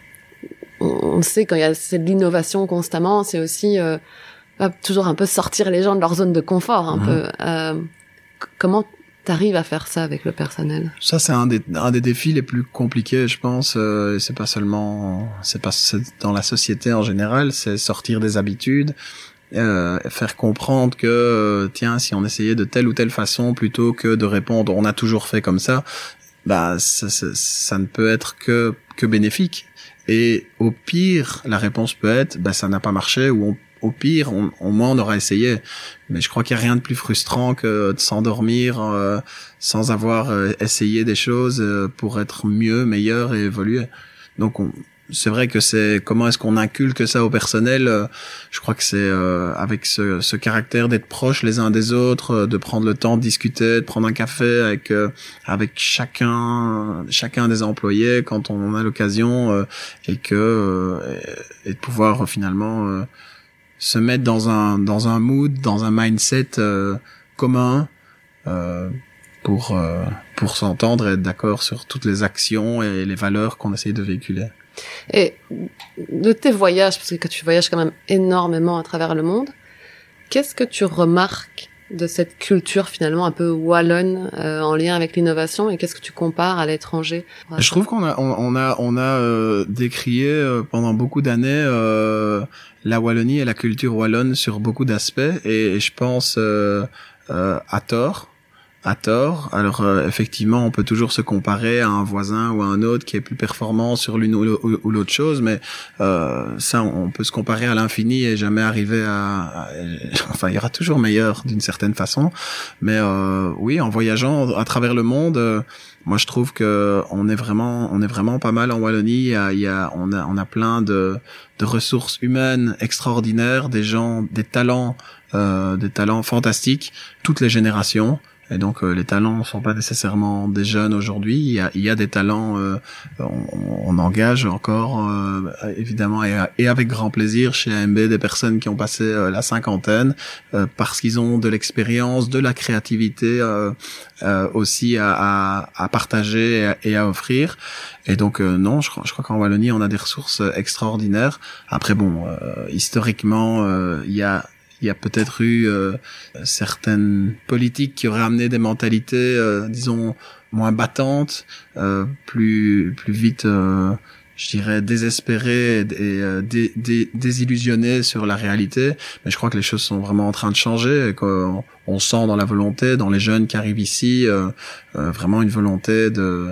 S1: on sait quand il y a c'est de l'innovation constamment, c'est aussi euh, toujours un peu sortir les gens de leur zone de confort un mmh. peu. Euh, comment t'arrives à faire ça avec le personnel?
S2: Ça c'est un des un des défis les plus compliqués, je pense. Euh, c'est pas seulement c'est pas c'est dans la société en général, c'est sortir des habitudes. Euh, faire comprendre que euh, tiens, si on essayait de telle ou telle façon plutôt que de répondre on a toujours fait comme ça, bah ça, ça, ça ne peut être que que bénéfique. Et au pire, la réponse peut être bah ça n'a pas marché, ou on, au pire on, au moins on aura essayé. Mais je crois qu'il y a rien de plus frustrant que de s'endormir euh, sans avoir euh, essayé des choses euh, pour être mieux, meilleur et évoluer. Donc on c'est vrai que c'est comment est-ce qu'on inculque ça au personnel. Euh, je crois que c'est euh, avec ce, ce caractère d'être proches les uns des autres, euh, de prendre le temps de discuter, de prendre un café avec euh, avec chacun chacun des employés quand on en a l'occasion, euh, et que euh, et, et de pouvoir euh, finalement euh, se mettre dans un dans un mood, dans un mindset euh, commun. euh, pour euh, pour s'entendre et être d'accord sur toutes les actions et les valeurs qu'on essaye de véhiculer.
S1: Et de tes voyages, parce que tu voyages quand même énormément à travers le monde, qu'est-ce que tu remarques de cette culture finalement un peu wallonne euh, en lien avec l'innovation, et qu'est-ce que tu compares à l'étranger?
S2: Je trouve qu'on a on, on a on a euh, décrié euh, pendant beaucoup d'années euh, la Wallonie et la culture wallonne sur beaucoup d'aspects, et, et je pense euh, euh, à tort. À tort. Alors euh, effectivement, on peut toujours se comparer à un voisin ou à un autre qui est plus performant sur l'une ou, ou, ou l'autre chose, mais euh, ça, on peut se comparer à l'infini et jamais arriver à, à... Enfin, il y aura toujours meilleur d'une certaine façon. Mais euh, oui, en voyageant à travers le monde, euh, moi je trouve que on est vraiment, on est vraiment pas mal en Wallonie. Il y a, il y a, on a, on a plein de, de ressources humaines extraordinaires, des gens, des talents, euh, des talents fantastiques, toutes les générations. Et donc euh, les talents ne sont pas nécessairement des jeunes aujourd'hui. Il y a, il y a des talents, euh, on, on engage encore euh, évidemment et, et avec grand plaisir chez A M B des personnes qui ont passé euh, la cinquantaine euh, parce qu'ils ont de l'expérience, de la créativité euh, euh, aussi à, à, à partager et à, et à offrir. Et donc euh, non, je crois, je crois qu'en Wallonie on a des ressources extraordinaires. Après bon, euh, historiquement euh, il y a Il y a peut-être eu euh, certaines politiques qui auraient amené des mentalités, euh, disons, moins battantes, euh, plus plus vite, euh, je dirais, désespérées et, et euh, dé, dé, désillusionnées sur la réalité. Mais je crois que les choses sont vraiment en train de changer et qu'on on sent dans la volonté, dans les jeunes qui arrivent ici, euh, euh, vraiment une volonté de...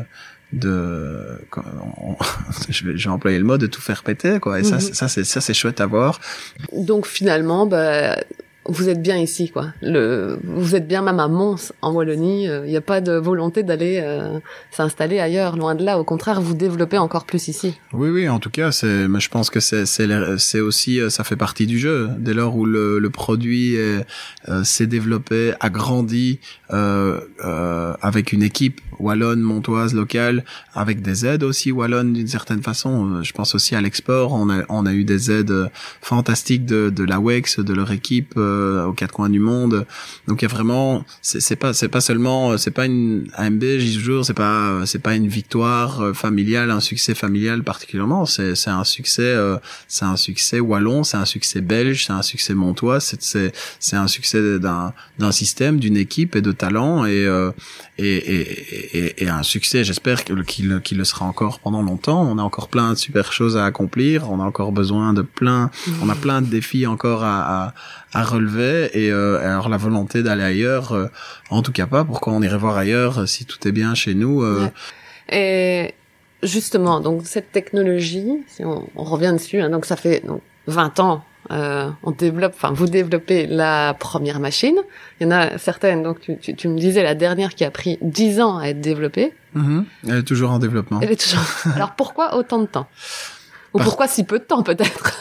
S2: de on, je vais je vais employer le mot de tout faire péter quoi, et ça mm-hmm. ça c'est ça c'est chouette à voir.
S1: Donc finalement bah vous êtes bien ici quoi. Le vous êtes bien même à Mons en Wallonie, il euh, y a pas de volonté d'aller euh, s'installer ailleurs, loin de là, au contraire vous développez encore plus ici.
S2: Oui oui, en tout cas, c'est mais je pense que c'est c'est c'est aussi ça fait partie du jeu. Dès lors où le le produit est, euh, s'est développé, a grandi euh, euh avec une équipe wallonne, montoise, locale, avec des aides aussi wallonnes d'une certaine façon. Je pense aussi à l'export. On a, on a eu des aides fantastiques de, de la W E X, de leur équipe euh, aux quatre coins du monde. Donc il y a vraiment, c'est, c'est pas, c'est pas seulement, c'est pas une A M B, j'y dis toujours, c'est pas, c'est pas une victoire familiale, un succès familial particulièrement. C'est, c'est un succès, euh, c'est un succès wallon, c'est un succès belge, c'est un succès montois, c'est, c'est, c'est un succès d'un, d'un système, d'une équipe et de talent et, euh, et, et, et Et, et un succès, j'espère qu'il, qu'il, qu'il le sera encore pendant longtemps. On a encore plein de super choses à accomplir. On a encore besoin de plein, mmh. on a plein de défis encore à, à, à relever. Et euh, alors la volonté d'aller ailleurs, euh, en tout cas pas. Pourquoi on irait voir ailleurs si tout est bien chez nous euh...
S1: ouais. Et justement, donc cette technologie, si on, on revient dessus, hein, donc ça fait donc vingt ans. Euh, on développe, enfin vous développez la première machine. Il y en a certaines, donc tu, tu, tu me disais la dernière qui a pris dix ans à être développée.
S2: Mmh. Elle est toujours en développement.
S1: Elle est toujours. Alors pourquoi autant de temps? Ou Par... pourquoi si peu de temps peut-être?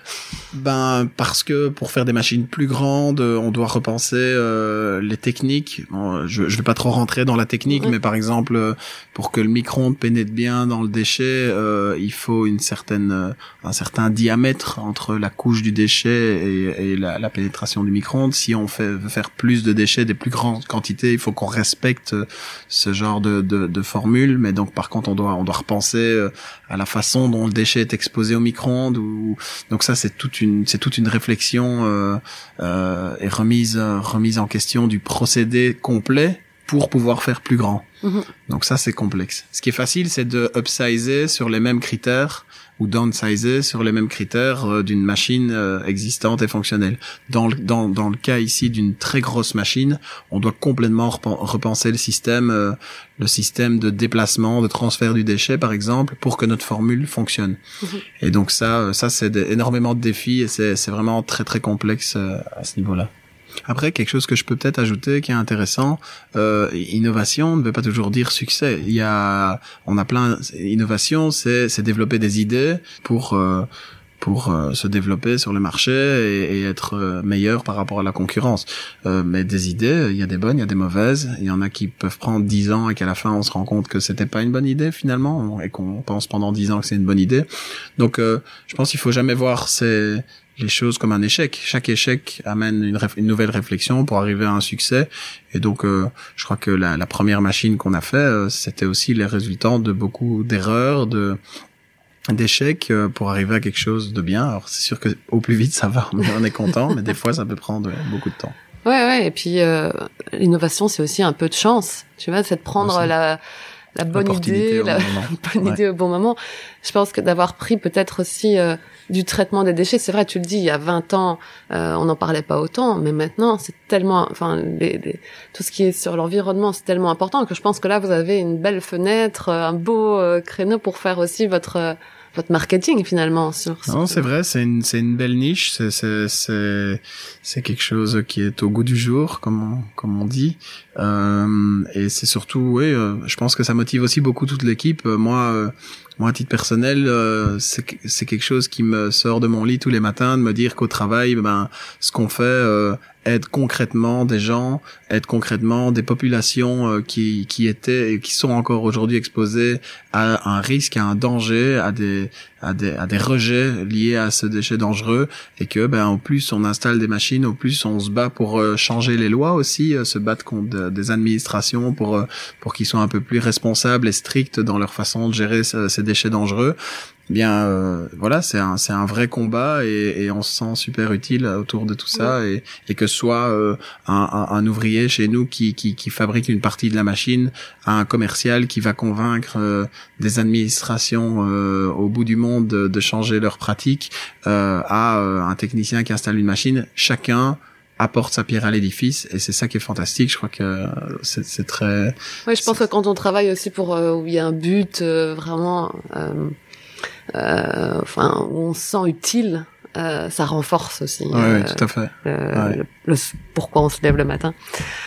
S2: Ben parce que pour faire des machines plus grandes, on doit repenser euh, les techniques. Bon, je je vais pas trop rentrer dans la technique, mmh. mais par exemple pour que le micro-ondes pénètre bien dans le déchet, euh, il faut une certaine euh, un certain diamètre entre la couche du déchet et, et la, la pénétration du micro-ondes. Si on fait veut faire plus de déchets, des plus grandes quantités, il faut qu'on respecte ce genre de de, de formule. Mais donc par contre, on doit on doit repenser à la façon dont le déchet est exposé au micro-ondes. Ou donc ça c'est toute une Une, c'est toute une réflexion euh, euh, et remise remise en question du procédé complet pour pouvoir faire plus grand. Mmh. Donc ça c'est complexe. Ce qui est facile, c'est de upsizer sur les mêmes critères ou downsizer sur les mêmes critères euh, d'une machine euh, existante et fonctionnelle. Dans le, dans, dans le cas ici d'une très grosse machine, on doit complètement repenser le système, euh, le système de déplacement, de transfert du déchet par exemple, pour que notre formule fonctionne. Mmh. Et donc ça, ça c'est des, énormément de défis et c'est, c'est vraiment très très complexe euh, à ce niveau-là. Après, quelque chose que je peux peut-être ajouter qui est intéressant, euh, innovation ne veut pas toujours dire succès. Il y a, on a plein, innovation, c'est, c'est développer des idées pour, euh, pour euh, se développer sur le marché et, et être euh, meilleur par rapport à la concurrence. Euh, mais des idées, il y a des bonnes, il y a des mauvaises. Il y en a qui peuvent prendre dix ans et qu'à la fin on se rend compte que c'était pas une bonne idée finalement et qu'on pense pendant dix ans que c'est une bonne idée. Donc, euh, je pense qu'il faut jamais voir ces les choses comme un échec. Chaque échec amène une, réf- une nouvelle réflexion pour arriver à un succès. Et donc, euh, je crois que la, la première machine qu'on a fait, euh, c'était aussi les résultats de beaucoup d'erreurs, de d'échecs euh, pour arriver à quelque chose de bien. Alors, c'est sûr que au plus vite ça va, on est content, mais des fois ça peut prendre beaucoup de temps.
S1: Ouais, ouais. Et puis euh, l'innovation, c'est aussi un peu de chance. Tu vois, c'est de prendre aussi la la bonne idée, la bonne idée au bon moment. Je pense que d'avoir pris peut-être aussi euh, du traitement des déchets, c'est vrai, tu le dis, il y a vingt ans, euh, on n'en parlait pas autant, mais maintenant, c'est tellement, enfin, les, les, tout ce qui est sur l'environnement, c'est tellement important que je pense que là, vous avez une belle fenêtre, un beau euh, créneau pour faire aussi votre euh, votre marketing finalement. Sur,
S2: non,
S1: sur...
S2: c'est vrai, c'est une c'est une belle niche, c'est c'est c'est c'est quelque chose qui est au goût du jour, comme on, comme on dit. Euh, et c'est surtout, oui, euh, je pense que ça motive aussi beaucoup toute l'équipe. Euh, moi, euh, moi à titre personnel, euh, c'est c'est quelque chose qui me sort de mon lit tous les matins, de me dire qu'au travail, ben ce qu'on fait euh, aide concrètement des gens, aide concrètement des populations euh, qui qui étaient et qui sont encore aujourd'hui exposées à un risque, à un danger, à des à des à des rejets liés à ce déchet dangereux, et que ben au plus on installe des machines, au plus on se bat pour euh, changer les lois aussi, euh, se battre contre de, des administrations pour euh, pour qu'ils soient un peu plus responsables et stricts dans leur façon de gérer ce, ces déchets dangereux. Bien euh, voilà, c'est un c'est un vrai combat, et, et on se sent super utile autour de tout ça. Ouais. et et que ce soit euh, un, un un ouvrier chez nous qui qui qui fabrique une partie de la machine, à un commercial qui va convaincre euh, des administrations euh, au bout du monde de, de changer leurs pratiques, euh, à euh, un technicien qui installe une machine, chacun apporte sa pierre à l'édifice, et c'est ça qui est fantastique. Je crois que c'est, c'est très.
S1: Oui, je pense que quand on travaille aussi pour euh, où il y a un but euh, vraiment. Euh... Euh, enfin, où on se sent utile, euh, ça renforce aussi.
S2: Oui,
S1: euh,
S2: oui, tout à fait.
S1: Le,
S2: ouais.
S1: le, le, pourquoi on se lève le matin.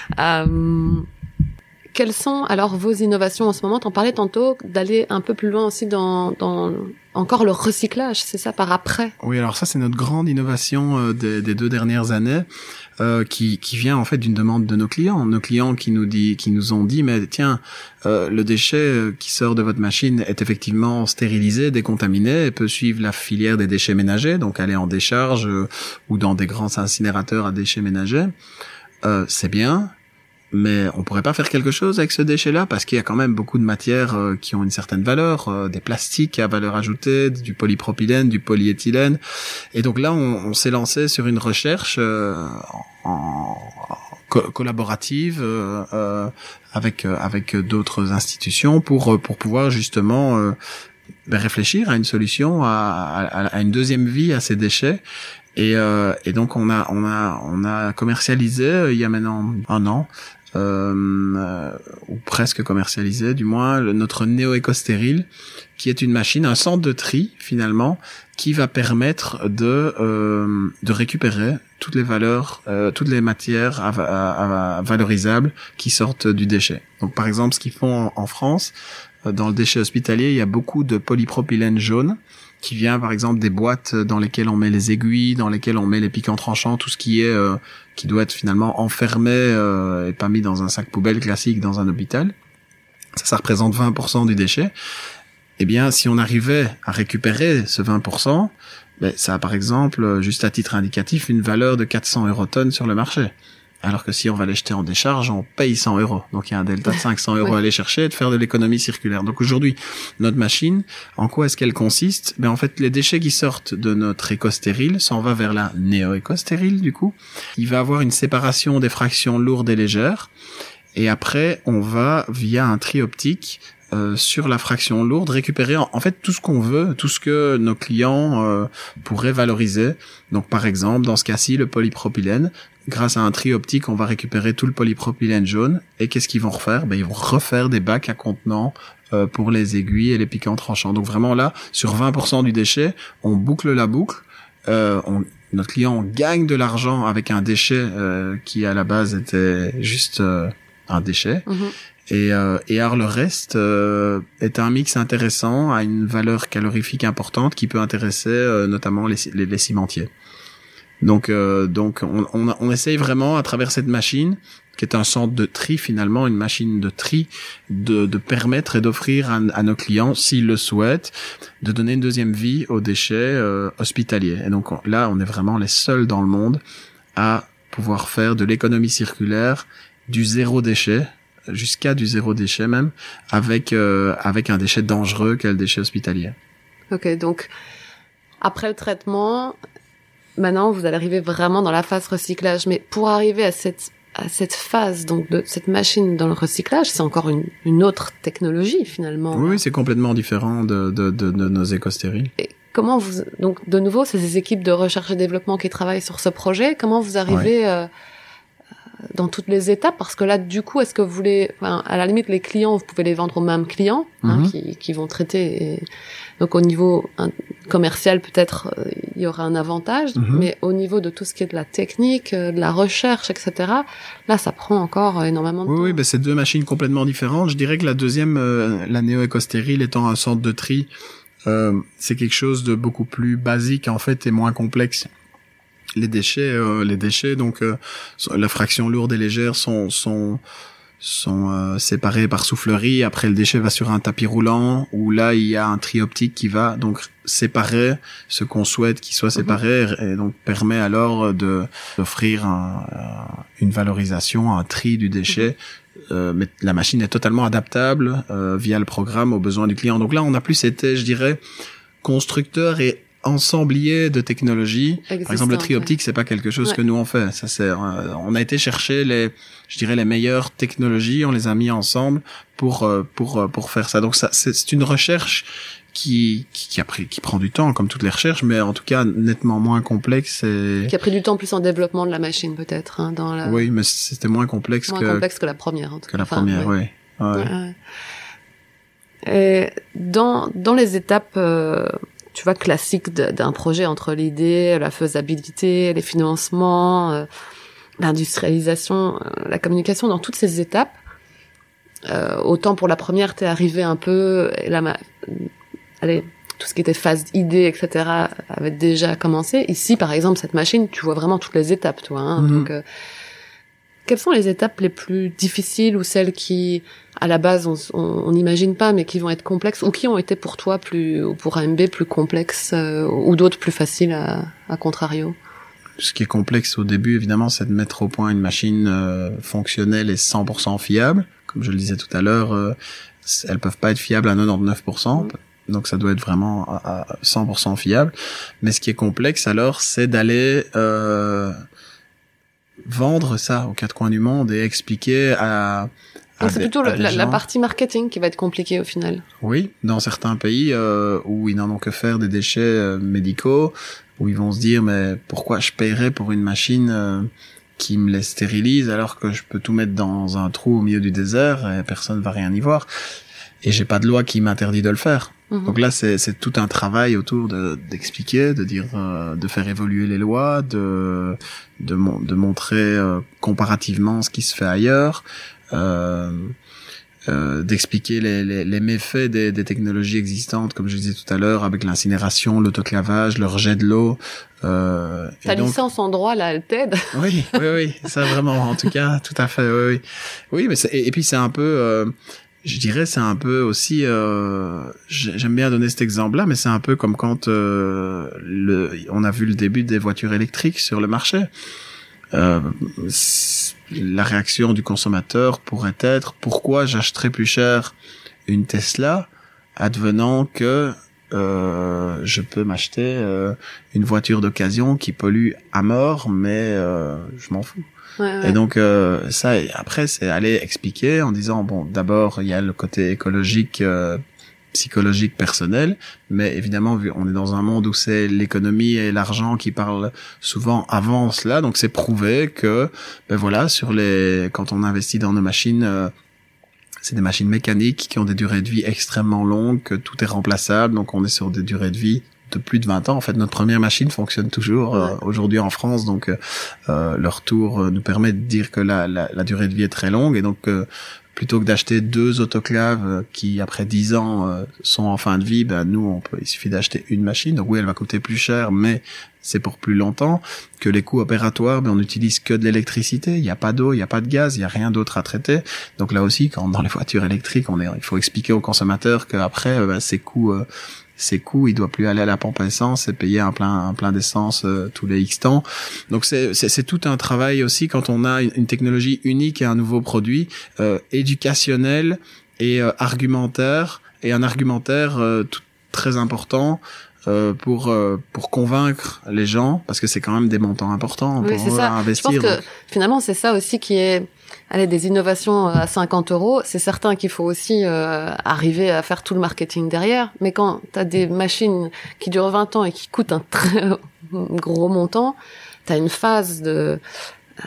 S1: Euh, quelles sont alors vos innovations en ce moment? T'en parlais tantôt d'aller un peu plus loin aussi dans, dans encore le recyclage, c'est ça, par après?
S2: Oui, alors ça c'est notre grande innovation euh, des, des deux dernières années, euh, qui qui vient en fait d'une demande de nos clients, nos clients qui nous dit, qui nous ont dit, mais tiens, euh, le déchet qui sort de votre machine est effectivement stérilisé, décontaminé, et peut suivre la filière des déchets ménagers, donc aller en décharge euh, ou dans des grands incinérateurs à déchets ménagers. Euh, c'est bien. Mais on pourrait pas faire quelque chose avec ce déchet-là, parce qu'il y a quand même beaucoup de matières euh, qui ont une certaine valeur, euh, des plastiques à valeur ajoutée, du polypropylène, du polyéthylène. Et donc là, on, on s'est lancé sur une recherche euh, en, en co- collaborative euh, euh, avec euh, avec d'autres institutions pour pour pouvoir justement euh, ben, réfléchir à une solution, à, à, à une deuxième vie à ces déchets. Et, euh, et donc on a on a on a commercialisé euh, il y a maintenant un an. Euh, euh, ou presque commercialisé du moins, le, notre Neo Ecostérile, qui est une machine, un centre de tri finalement, qui va permettre de euh, de récupérer toutes les valeurs, euh, toutes les matières à, à, à valorisables qui sortent du déchet. Donc par exemple, ce qu'ils font en, en France, euh, dans le déchet hospitalier, il y a beaucoup de polypropylène jaune, qui vient par exemple des boîtes dans lesquelles on met les aiguilles, dans lesquelles on met les piquants tranchants, tout ce qui est euh, qui doit être finalement enfermé euh, et pas mis dans un sac poubelle classique dans un hôpital. Ça, ça représente vingt pour cent du déchet. Eh bien, si on arrivait à récupérer ce vingt pour cent, ben, ça a par exemple, juste à titre indicatif, une valeur de quatre cents eurotonnes sur le marché. Alors que si on va les jeter en décharge, on paye cent euros. Donc il y a un delta de cinq cents euros oui. à aller chercher et de faire de l'économie circulaire. Donc aujourd'hui, notre machine, en quoi est-ce qu'elle consiste? Ben en fait, les déchets qui sortent de notre écostérile s'en va vers la néo-écostérile du coup. Il va avoir une séparation des fractions lourdes et légères. Et après, on va, via un tri optique, Euh, sur la fraction lourde, récupérer en, en fait tout ce qu'on veut, tout ce que nos clients euh, pourraient valoriser. Donc par exemple, dans ce cas-ci, le polypropylène, grâce à un tri optique, on va récupérer tout le polypropylène jaune. Et qu'est-ce qu'ils vont refaire? Ben, ils vont refaire des bacs à contenants euh, pour les aiguilles et les piquants tranchants. Donc vraiment là, sur vingt pour cent du déchet, on boucle la boucle. Euh, on, notre client gagne de l'argent avec un déchet euh, qui à la base était juste euh, un déchet. Mmh. Et, euh, et alors le reste euh, est un mix intéressant, a une valeur calorifique importante qui peut intéresser euh, notamment les, les, les cimentiers. Donc, euh, donc on, on, on essaye vraiment à travers cette machine, qui est un centre de tri finalement, une machine de tri, de, de permettre et d'offrir à, à nos clients, s'ils le souhaitent, de donner une deuxième vie aux déchets euh, hospitaliers. Et donc on, là, on est vraiment les seuls dans le monde à pouvoir faire de l'économie circulaire, du zéro déchet, jusqu'à du zéro déchet même, avec euh, avec un déchet dangereux qu'est le déchet hospitalier.
S1: Ok, donc après le traitement, maintenant vous allez arriver vraiment dans la phase recyclage. Mais pour arriver à cette à cette phase donc de cette machine dans le recyclage, c'est encore une une autre technologie finalement.
S2: Oui, oui, c'est complètement différent de de de, de nos éco-stériles.
S1: Et comment vous donc de nouveau, c'est des équipes de recherche et développement qui travaillent sur ce projet. Comment vous arrivez ouais. euh, dans toutes les étapes, parce que là, du coup, est-ce que vous voulez, enfin, à la limite, les clients, vous pouvez les vendre aux mêmes clients, hein, mm-hmm. qui, qui vont traiter. Et donc, au niveau un, commercial, peut-être, euh, il y aura un avantage, mm-hmm. mais au niveau de tout ce qui est de la technique, euh, de la recherche, et cetera, là, ça prend encore euh, énormément de
S2: oui,
S1: temps.
S2: Oui, ben, c'est deux machines complètement différentes. Je dirais que la deuxième, euh, la néo-éco-stérile étant un centre de tri, euh, c'est quelque chose de beaucoup plus basique, en fait, et moins complexe. Les déchets, euh, les déchets, donc euh, la fraction lourde et légère sont sont sont euh, séparés par soufflerie. Après, le déchet va sur un tapis roulant où là il y a un tri optique qui va donc séparer ce qu'on souhaite qu'il soit séparé mm-hmm. et donc permet alors de d'offrir un, une valorisation, un tri du déchet. Mm-hmm. Euh, mais la machine est totalement adaptable euh, via le programme aux besoins du client. Donc là, on a plus été, je dirais, constructeur et ensemblier de technologies. Existant, par exemple, le tri optique, ouais. c'est pas quelque chose ouais. que nous on fait. Ça c'est, euh, on a été chercher les, je dirais les meilleures technologies, on les a mis ensemble pour euh, pour euh, pour faire ça. Donc ça, c'est, c'est une recherche qui, qui qui a pris, qui prend du temps, comme toutes les recherches, mais en tout cas nettement moins complexe. Et...
S1: Qui a pris du temps plus en développement de la machine peut-être, hein, dans la.
S2: Oui, mais c'était moins complexe
S1: moins
S2: que.
S1: Moins complexe que la première en tout
S2: cas.
S1: Que
S2: la enfin, première, oui. Ouais. Ouais.
S1: Ouais. Et dans dans les étapes. Euh, tu vois, classique de, d'un projet entre l'idée, la faisabilité, les financements, euh, l'industrialisation, euh, la communication, dans toutes ces étapes. Euh, autant pour la première, t'es arrivé un peu, et là, ma, allez, tout ce qui était phase idée, et cetera, avait déjà commencé. Ici, par exemple, cette machine, tu vois vraiment toutes les étapes, toi. Hein, mm-hmm. Donc, euh, quelles sont les étapes les plus difficiles ou celles qui, à la base, on n'imagine pas, mais qui vont être complexes, ou qui ont été pour toi plus, ou pour A M B plus complexes, euh, ou d'autres plus faciles à, à contrario?
S2: Ce qui est complexe au début, évidemment, c'est de mettre au point une machine euh, fonctionnelle et cent pour cent fiable. Comme je le disais tout à l'heure, euh, elles peuvent pas être fiables à quatre-vingt-dix-neuf pour cent. Mmh. Donc ça doit être vraiment à, à cent pour cent fiable. Mais ce qui est complexe, alors, c'est d'aller... Euh, vendre ça aux quatre coins du monde et expliquer à, à
S1: donc c'est
S2: des,
S1: plutôt le, la,
S2: gens.
S1: la partie marketing qui va être compliquée au final.
S2: Oui, dans certains pays euh, où ils n'en ont que faire des déchets euh, médicaux, où ils vont se dire mais pourquoi je paierais pour une machine euh, qui me les stérilise alors que je peux tout mettre dans un trou au milieu du désert et personne va rien y voir et j'ai pas de loi qui m'interdit de le faire. Mmh. Donc là, c'est, c'est tout un travail autour de, d'expliquer, de dire, euh, de faire évoluer les lois, de, de, mon, de montrer euh, comparativement ce qui se fait ailleurs, euh, euh, d'expliquer les, les, les méfaits des, des technologies existantes, comme je disais tout à l'heure, avec l'incinération, l'autoclavage, le rejet de l'eau. Euh,
S1: Ta donc... licence en droit, là, elle t'aide.
S2: Oui, oui, oui, ça vraiment, en tout cas, tout à fait, oui, oui. Oui, mais c'est, et, et puis c'est un peu... Euh, je dirais c'est un peu aussi euh, j'aime bien donner cet exemple-là, mais c'est un peu comme quand euh, le on a vu le début des voitures électriques sur le marché. Euh, la réaction du consommateur pourrait être pourquoi j'achèterais plus cher une Tesla advenant que euh, je peux m'acheter euh, une voiture d'occasion qui pollue à mort, mais euh, je m'en fous.
S1: Ouais, ouais.
S2: Et donc euh, ça, après, c'est aller expliquer en disant bon, d'abord il y a le côté écologique, euh, psychologique, personnel, mais évidemment vu on est dans un monde où c'est l'économie et l'argent qui parlent souvent avant cela, donc c'est prouvé que ben voilà sur les quand on investit dans nos machines. Euh, c'est des machines mécaniques qui ont des durées de vie extrêmement longues, que tout est remplaçable, donc on est sur des durées de vie de plus de vingt ans. En fait, notre première machine fonctionne toujours euh, ouais. aujourd'hui en France, donc euh, le retour nous permet de dire que la, la, la durée de vie est très longue, et donc euh, plutôt que d'acheter deux autoclaves qui après dix ans euh, sont en fin de vie, ben nous on peut, il suffit d'acheter une machine. Donc oui, elle va coûter plus cher, mais c'est pour plus longtemps. Que les coûts opératoires, ben on n'utilise que de l'électricité, il n'y a pas d'eau, il n'y a pas de gaz, il n'y a rien d'autre à traiter. Donc là aussi, quand dans les voitures électriques, on est, il faut expliquer aux consommateurs qu'après ben, ces coûts euh, ces coûts, il doit plus aller à la pompe à essence et payer un plein un plein d'essence euh, tous les X temps. Donc c'est c'est c'est tout un travail aussi quand on a une, une technologie unique et un nouveau produit euh, éducationnel et euh, argumentaire et un argumentaire euh, tout, très important euh, pour euh, pour convaincre les gens parce que c'est quand même des montants importants
S1: oui,
S2: pour
S1: c'est ça.
S2: investir.
S1: Je pense
S2: donc.
S1: que finalement c'est ça aussi qui est Allez, des innovations à cinquante euros, c'est certain qu'il faut aussi euh, arriver à faire tout le marketing derrière. Mais quand tu as des machines qui durent vingt ans et qui coûtent un très gros montant, tu as une phase de euh,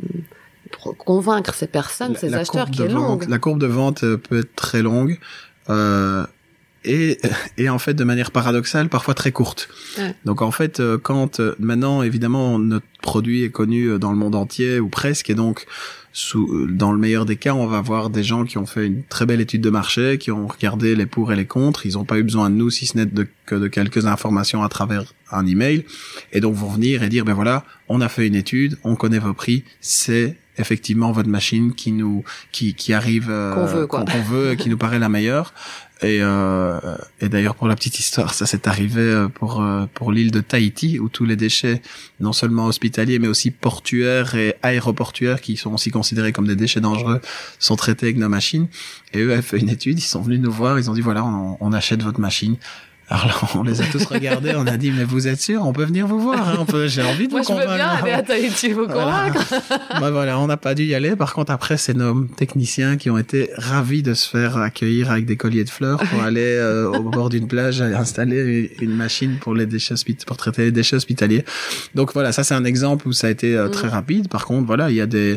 S1: pour convaincre ces personnes,
S2: la,
S1: ces
S2: la
S1: acheteurs qui est
S2: vente,
S1: longue.
S2: La courbe de vente peut être très longue. Euh, et et en fait de manière paradoxale parfois très courte. Ouais. Donc en fait quand maintenant évidemment notre produit est connu dans le monde entier ou presque et donc sous, dans le meilleur des cas, on va voir des gens qui ont fait une très belle étude de marché, qui ont regardé les pour et les contre. Ils n'ont pas eu besoin de nous, si ce n'est de, que de quelques informations à travers un email. Et donc, vont venir et dire, ben voilà, on a fait une étude, on connaît vos prix, c'est effectivement votre machine qui nous, qui, qui arrive, euh,
S1: qu'on veut, quoi.
S2: qu'on, qu'on veut, qui nous paraît la meilleure. Et, euh, et d'ailleurs pour la petite histoire, ça s'est arrivé pour pour l'île de Tahiti où tous les déchets, non seulement hospitaliers mais aussi portuaires et aéroportuaires qui sont aussi considérés comme des déchets dangereux, sont traités avec nos machines. Et eux, avaient fait une étude, ils sont venus nous voir, ils ont dit voilà, on, on achète votre machine. Alors là, on les a tous regardés, on a dit mais vous êtes sûr, on peut venir vous voir, hein, on peut, j'ai envie de
S1: Moi,
S2: vous convaincre.
S1: Moi je veux bien aller à Tahiti vous
S2: voilà.
S1: convaincre.
S2: Ben voilà, on n'a pas dû y aller. Par contre après, c'est nos techniciens qui ont été ravis de se faire accueillir avec des colliers de fleurs pour aller euh, au bord d'une plage et installer une machine pour les déchets hospit- pour traiter les déchets hospitaliers. Donc voilà, ça c'est un exemple où ça a été euh, très mmh. rapide. Par contre, voilà, il y a des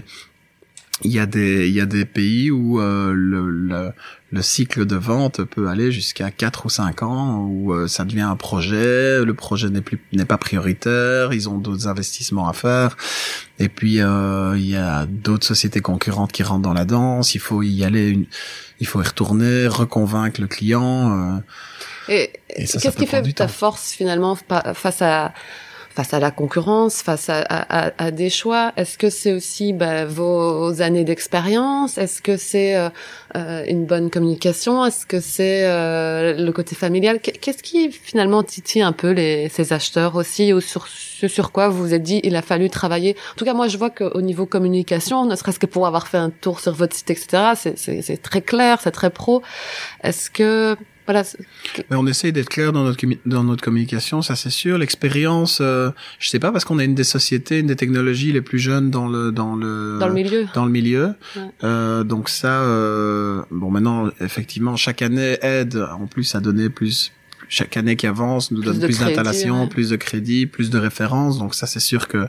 S2: Il y a des il y a des pays où euh, le, le le cycle de vente peut aller jusqu'à quatre ou cinq ans où euh, ça devient un projet, le projet n'est plus n'est pas prioritaire, ils ont d'autres investissements à faire et puis euh, il y a d'autres sociétés concurrentes qui rentrent dans la danse, il faut y aller une, il faut y retourner, reconvaincre le client euh,
S1: et, et ça, qu'est-ce ça qui fait ta force finalement face à face à la concurrence, face à, à, à des choix? Est-ce que c'est aussi bah, vos années d'expérience? Est-ce que c'est euh, une bonne communication? Est-ce que c'est euh, le côté familial? Qu'est-ce qui finalement titille un peu les, ces acheteurs aussi, ou sur ce sur quoi vous vous êtes dit il a fallu travailler? En tout cas, moi je vois qu'au niveau communication, ne serait-ce que pour avoir fait un tour sur votre site, et cetera, c'est, c'est, c'est très clair, c'est très pro. Est-ce que Voilà.
S2: Mais on essaye d'être clair dans notre dans notre communication, ça c'est sûr. L'expérience, euh, je sais pas parce qu'on est une des sociétés, une des technologies les plus jeunes dans le dans le
S1: dans le milieu.
S2: Dans le milieu.
S1: Ouais.
S2: Euh, donc ça, euh, bon maintenant effectivement chaque année aide en plus à donner plus. Chaque année qui avance nous plus donne plus d'installations, ouais. plus de crédits, plus de références. Donc ça c'est sûr que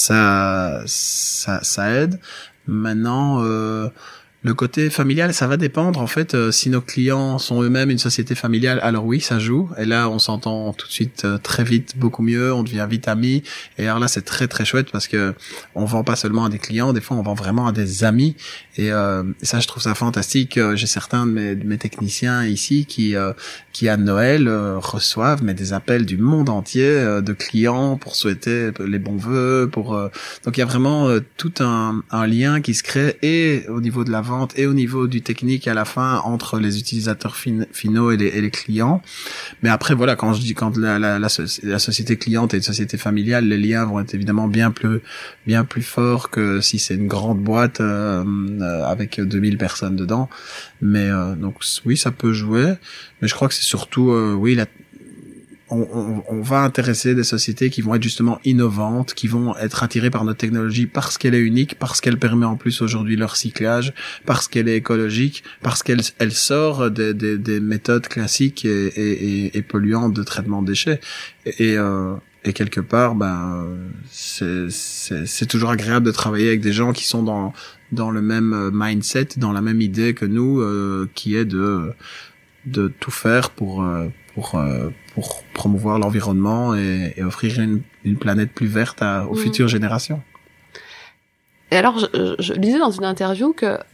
S2: ça ça ça aide. Maintenant. Euh, Le côté familial, ça va dépendre. En fait, euh, si nos clients sont eux-mêmes une société familiale, alors oui, ça joue. Et là, on s'entend tout de suite euh, très vite, beaucoup mieux. On devient vite amis. Et alors là, c'est très très chouette parce que on vend pas seulement à des clients. Des fois, on vend vraiment à des amis. Et, euh, et ça, je trouve ça fantastique. J'ai certains de mes, de mes techniciens ici qui, euh, qui à Noël euh, reçoivent mais des appels du monde entier euh, de clients pour souhaiter les bons vœux. Pour euh... donc il y a vraiment euh, tout un, un lien qui se crée et au niveau de la vente et au niveau du technique à la fin entre les utilisateurs fin, finaux et les, et les clients. Mais après voilà, quand je dis quand la, la, la, la société cliente est une société familiale, les liens vont être évidemment bien plus bien plus forts que si c'est une grande boîte euh, euh, avec deux mille personnes dedans. Mais euh, donc oui, ça peut jouer. Mais je crois que c'est surtout euh, oui la On, on, on va intéresser des sociétés qui vont être justement innovantes, qui vont être attirées par notre technologie parce qu'elle est unique, parce qu'elle permet en plus aujourd'hui leur cyclage, parce qu'elle est écologique, parce qu'elle elle sort des, des, des méthodes classiques et, et, et polluantes de traitement de déchets. Et, euh, et quelque part, ben, c'est, c'est, c'est toujours agréable de travailler avec des gens qui sont dans, dans le même mindset, dans la même idée que nous, euh, qui est de, de tout faire pour, euh, pour, euh, pour promouvoir l'environnement et, et offrir une, une planète plus verte à, aux mmh. futures générations.
S1: Et alors, je, je lisais dans une interview que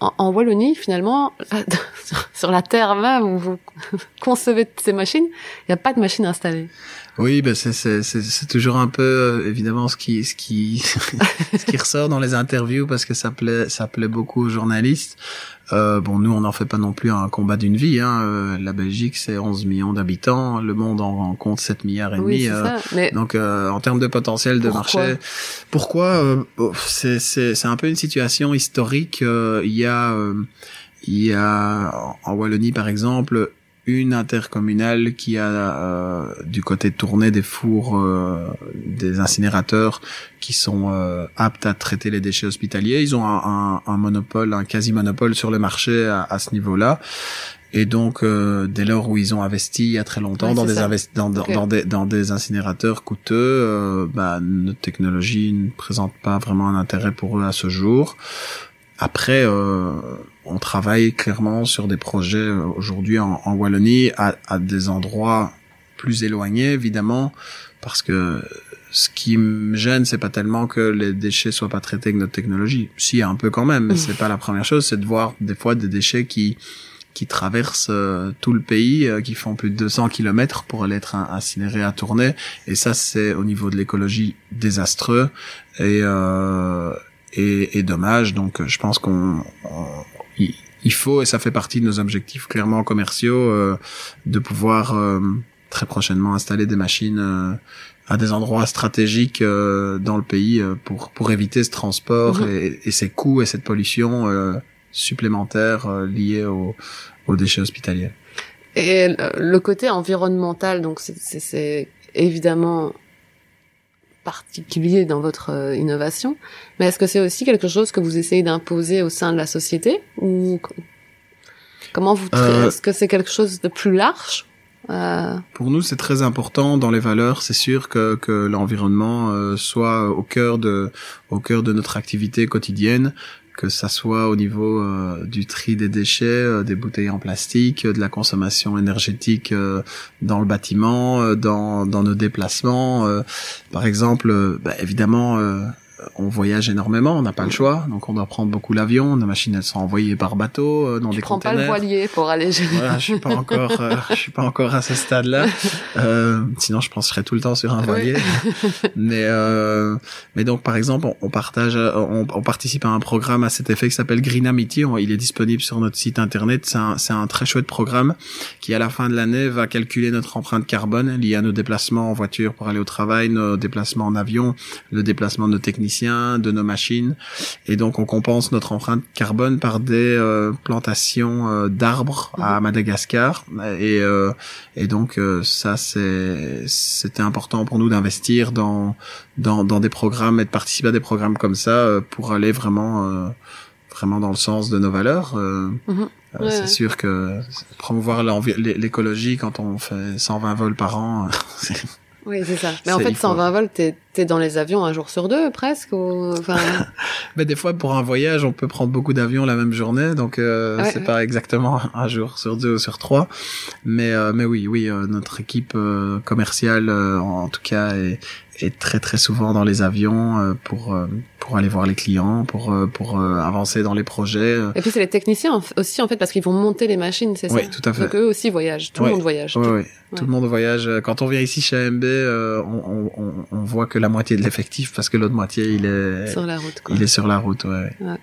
S1: en, en Wallonie, finalement, sur, sur la terre même où vous concevez ces machines, il n'y a pas de machine installée.
S2: Oui, ben c'est c'est c'est c'est toujours un peu euh, évidemment ce qui ce qui ce qui ressort dans les interviews parce que ça plaît ça plaît beaucoup aux journalistes. Euh, bon, nous on n'en fait pas non plus un combat d'une vie. Hein. Euh, la Belgique c'est onze millions d'habitants, le monde en, en compte sept milliards et demi.
S1: Oui, c'est
S2: euh,
S1: ça. Mais
S2: donc euh, en termes de potentiel de
S1: pourquoi
S2: marché, pourquoi euh, c'est c'est c'est un peu une situation historique. Euh, il y a euh, il y a en Wallonie par exemple une intercommunale qui a euh, du côté de Tournai des fours, euh, des incinérateurs qui sont euh, aptes à traiter les déchets hospitaliers. Ils ont un, un, un monopole, un quasi-monopole sur le marché à, à ce niveau-là. Et donc, euh, dès lors où ils ont investi il y a très longtemps
S1: ouais,
S2: dans des investi- dans,
S1: okay.
S2: dans, dans des dans des incinérateurs coûteux, euh, bah, notre technologie ne présente pas vraiment un intérêt pour eux à ce jour. Après, euh, on travaille clairement sur des projets aujourd'hui en, en Wallonie à, à des endroits plus éloignés, évidemment, parce que ce qui me gêne, c'est pas tellement que les déchets soient pas traités avec notre technologie. Si, un peu quand même, mais c'est pas la première chose, c'est de voir des fois des déchets qui qui traversent euh, tout le pays, euh, qui font plus de deux cents kilomètres pour aller être incinérés à Tournai. Et ça, c'est au niveau de l'écologie désastreux et, euh, et, et dommage. Donc, je pense qu'on on, il faut, et ça fait partie de nos objectifs clairement commerciaux, euh, de pouvoir euh, très prochainement installer des machines euh, à des endroits stratégiques euh, dans le pays euh, pour pour éviter ce transport mmh. et, et ces coûts et cette pollution euh, supplémentaires euh, liés aux, aux déchets hospitaliers.
S1: Et le côté environnemental, donc c'est, c'est, c'est évidemment particulier dans votre euh, innovation, mais est-ce que c'est aussi quelque chose que vous essayez d'imposer au sein de la société ou comment vous euh, est-ce que c'est quelque chose de plus large? Euh...
S2: Pour nous, c'est très important dans les valeurs. C'est sûr que, que l'environnement euh, soit au cœur de au cœur de notre activité quotidienne, que ça soit au niveau euh, du tri des déchets, euh, des bouteilles en plastique, euh, de la consommation énergétique euh, dans le bâtiment, euh, dans dans nos déplacements. Euh, par exemple, euh, bah, évidemment. Euh, on voyage énormément, on n'a pas le choix, donc on doit prendre beaucoup l'avion. Nos machines, elles sont envoyées par bateau euh, dans
S1: tu
S2: des
S1: prends
S2: containers.
S1: Pas le voilier pour aller.
S2: Voilà, je suis pas encore, euh, je suis pas encore à ce stade-là. Euh, sinon, je penserais tout le temps sur un voilier. Oui. mais, euh, mais donc, par exemple, on, on partage, on, on participe à un programme à cet effet qui s'appelle Green Amity. On, il est disponible sur notre site internet. C'est un, c'est un très chouette programme qui, à la fin de l'année, va calculer notre empreinte carbone liée à nos déplacements en voiture pour aller au travail, nos déplacements en avion, le déplacement de nos techniciens, de nos machines, et donc on compense notre empreinte carbone par des euh, plantations euh, d'arbres mmh. à Madagascar, et euh, et donc euh, ça c'est c'était important pour nous d'investir dans dans dans des programmes et de participer à des programmes comme ça euh, pour aller vraiment euh, vraiment dans le sens de nos valeurs. Euh, mmh. Euh, ouais, c'est ouais. sûr que promouvoir l'écologie quand on fait cent vingt vols par an, c'est
S1: oui, c'est ça. Mais en fait, cent vingt vols, t'es, t'es dans les avions un jour sur deux, presque, ou, enfin.
S2: Mais des fois, pour un voyage, on peut prendre beaucoup d'avions la même journée, donc, euh, ouais, c'est ouais. pas exactement un jour sur deux ou sur trois. Mais, euh, mais oui, oui, euh, notre équipe euh, commerciale, euh, en tout cas, est, est très, très souvent dans les avions, euh, pour, euh, pour aller voir les clients, pour, euh, pour, euh, avancer dans les projets.
S1: Et puis, c'est les techniciens aussi, en fait, parce qu'ils vont monter les machines, c'est
S2: oui,
S1: ça?
S2: Oui, tout à fait.
S1: Donc, eux aussi voyagent. Tout
S2: oui.
S1: le monde voyage.
S2: Oui,
S1: tout.
S2: oui.
S1: Ouais.
S2: Tout le monde voyage. Quand on vient ici chez A M B, euh, on, on, on voit que la moitié de l'effectif parce que l'autre moitié, il est
S1: sur la route. Quoi.
S2: Il est sur la route, ouais.
S1: ouais.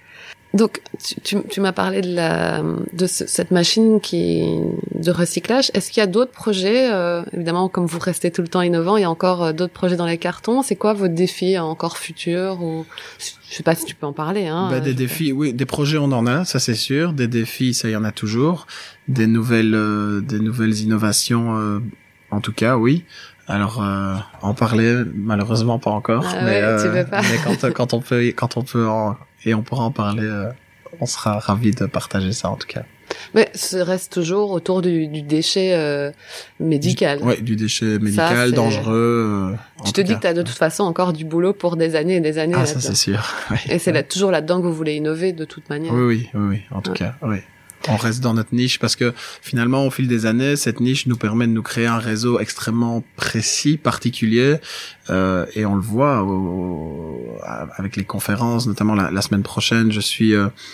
S1: Donc, tu, tu, tu m'as parlé de la de ce, cette machine qui de recyclage. Est-ce qu'il y a d'autres projets euh, évidemment, comme vous restez tout le temps innovant, il y a encore euh, d'autres projets dans les cartons. C'est quoi vos défis encore futurs ou je sais pas si tu peux en parler. Hein.
S2: Bah, des défis, oui, des projets on en a, ça c'est sûr. Des défis, ça y en a toujours. Des nouvelles, euh, des nouvelles innovations, euh, en tout cas, oui. Alors, euh, en parler, malheureusement pas encore,
S1: ah
S2: mais,
S1: ouais,
S2: euh,
S1: tu veux pas.
S2: mais quand quand on peut, quand on peut en, et on pourra en parler, euh, on sera ravis de partager ça en tout cas.
S1: Mais ça reste toujours autour du, du déchet euh, médical.
S2: Oui, du déchet médical, ça, dangereux. Euh,
S1: tu te dis cas. que tu as de toute façon encore du boulot pour des années et des années.
S2: Ah,
S1: là-dedans.
S2: ça c'est sûr. Oui.
S1: Et c'est là, toujours là-dedans que vous voulez innover de toute manière.
S2: Oui, oui, oui, oui en tout ouais. cas, oui. On reste dans notre niche parce que finalement, au fil des années, cette niche nous permet de nous créer un réseau extrêmement précis, particulier, euh, et on le voit au, au, avec les conférences, notamment la, la semaine prochaine. Je suis, euh,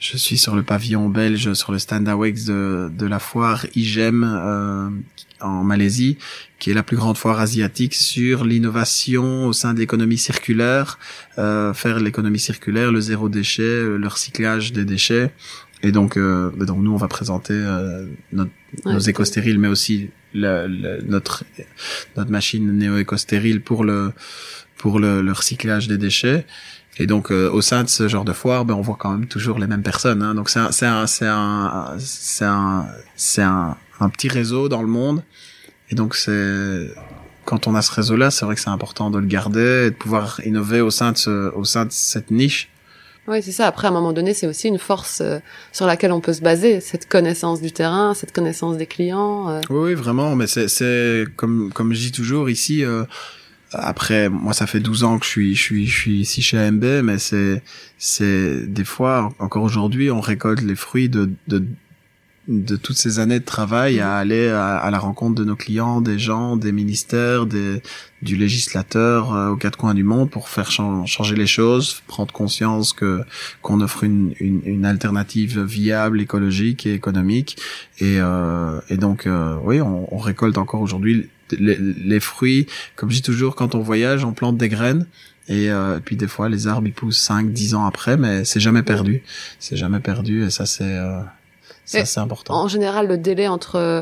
S2: je suis sur le pavillon belge, sur le stand AWEX de, de la foire I G E M euh, en Malaisie, qui est la plus grande foire asiatique sur l'innovation au sein de l'économie circulaire, euh, faire l'économie circulaire, le zéro déchet, le recyclage des déchets. Et donc, euh, donc nous, on va présenter euh, notre, ouais, nos éco-stériles, mais aussi la, la, notre notre machine néo-éco-stérile pour le pour le, le recyclage des déchets. Et donc, euh, au sein de ce genre de foire, ben on voit quand même toujours les mêmes personnes. Hein. Donc c'est un c'est un c'est un c'est un c'est un, un petit réseau dans le monde. Et donc c'est quand on a ce réseau-là, c'est vrai que c'est important de le garder et de pouvoir innover au sein de ce au sein de cette niche.
S1: Oui, c'est ça. Après, à un moment donné, c'est aussi une force euh, sur laquelle on peut se baser, cette connaissance du terrain, cette connaissance des clients. Euh.
S2: Oui, oui, vraiment. Mais c'est, c'est comme comme je dis toujours ici. Euh, après, moi, ça fait douze ans que je suis je suis je suis ici chez A M B, mais c'est c'est des fois encore aujourd'hui, on récolte les fruits de de de toutes ces années de travail à aller à, à la rencontre de nos clients, des gens, des ministères, des, du législateur euh, aux quatre coins du monde pour faire ch- changer les choses, prendre conscience que qu'on offre une, une, une alternative viable, écologique et économique. Et, euh, et donc, euh, oui, on, on récolte encore aujourd'hui les, les fruits. Comme je dis toujours, quand on voyage, on plante des graines. Et, euh, et puis des fois, les arbres ils poussent cinq, dix ans après, mais c'est jamais perdu. C'est jamais perdu et ça, c'est... Euh, Ça, c'est important.
S1: En général, le délai entre euh,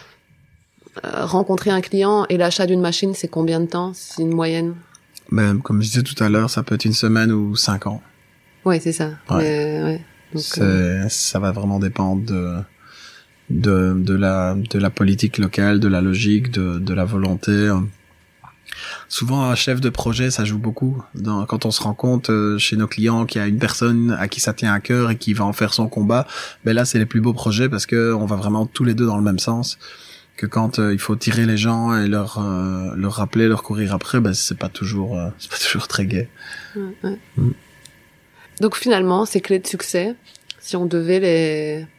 S1: rencontrer un client et l'achat d'une machine, c'est combien de temps? C'est une moyenne?
S2: Ben, comme je disais tout à l'heure, ça peut être une semaine ou cinq ans.
S1: Oui, c'est ça.
S2: Ouais.
S1: Mais, ouais. Donc,
S2: c'est,
S1: euh...
S2: ça va vraiment dépendre de, de, de la, de la politique locale, de la logique, de, de la volonté. Souvent, un chef de projet, ça joue beaucoup. Dans, quand on se rend compte euh, chez nos clients qu'il y a une personne à qui ça tient à cœur et qui va en faire son combat, ben là, c'est les plus beaux projets parce que on va vraiment tous les deux dans le même sens. Que quand euh, il faut tirer les gens et leur euh, leur rappeler, leur courir après, ben c'est pas toujours euh, c'est pas toujours très gai.
S1: Ouais, ouais. Mm. Donc finalement, ces clés de succès, si on devait les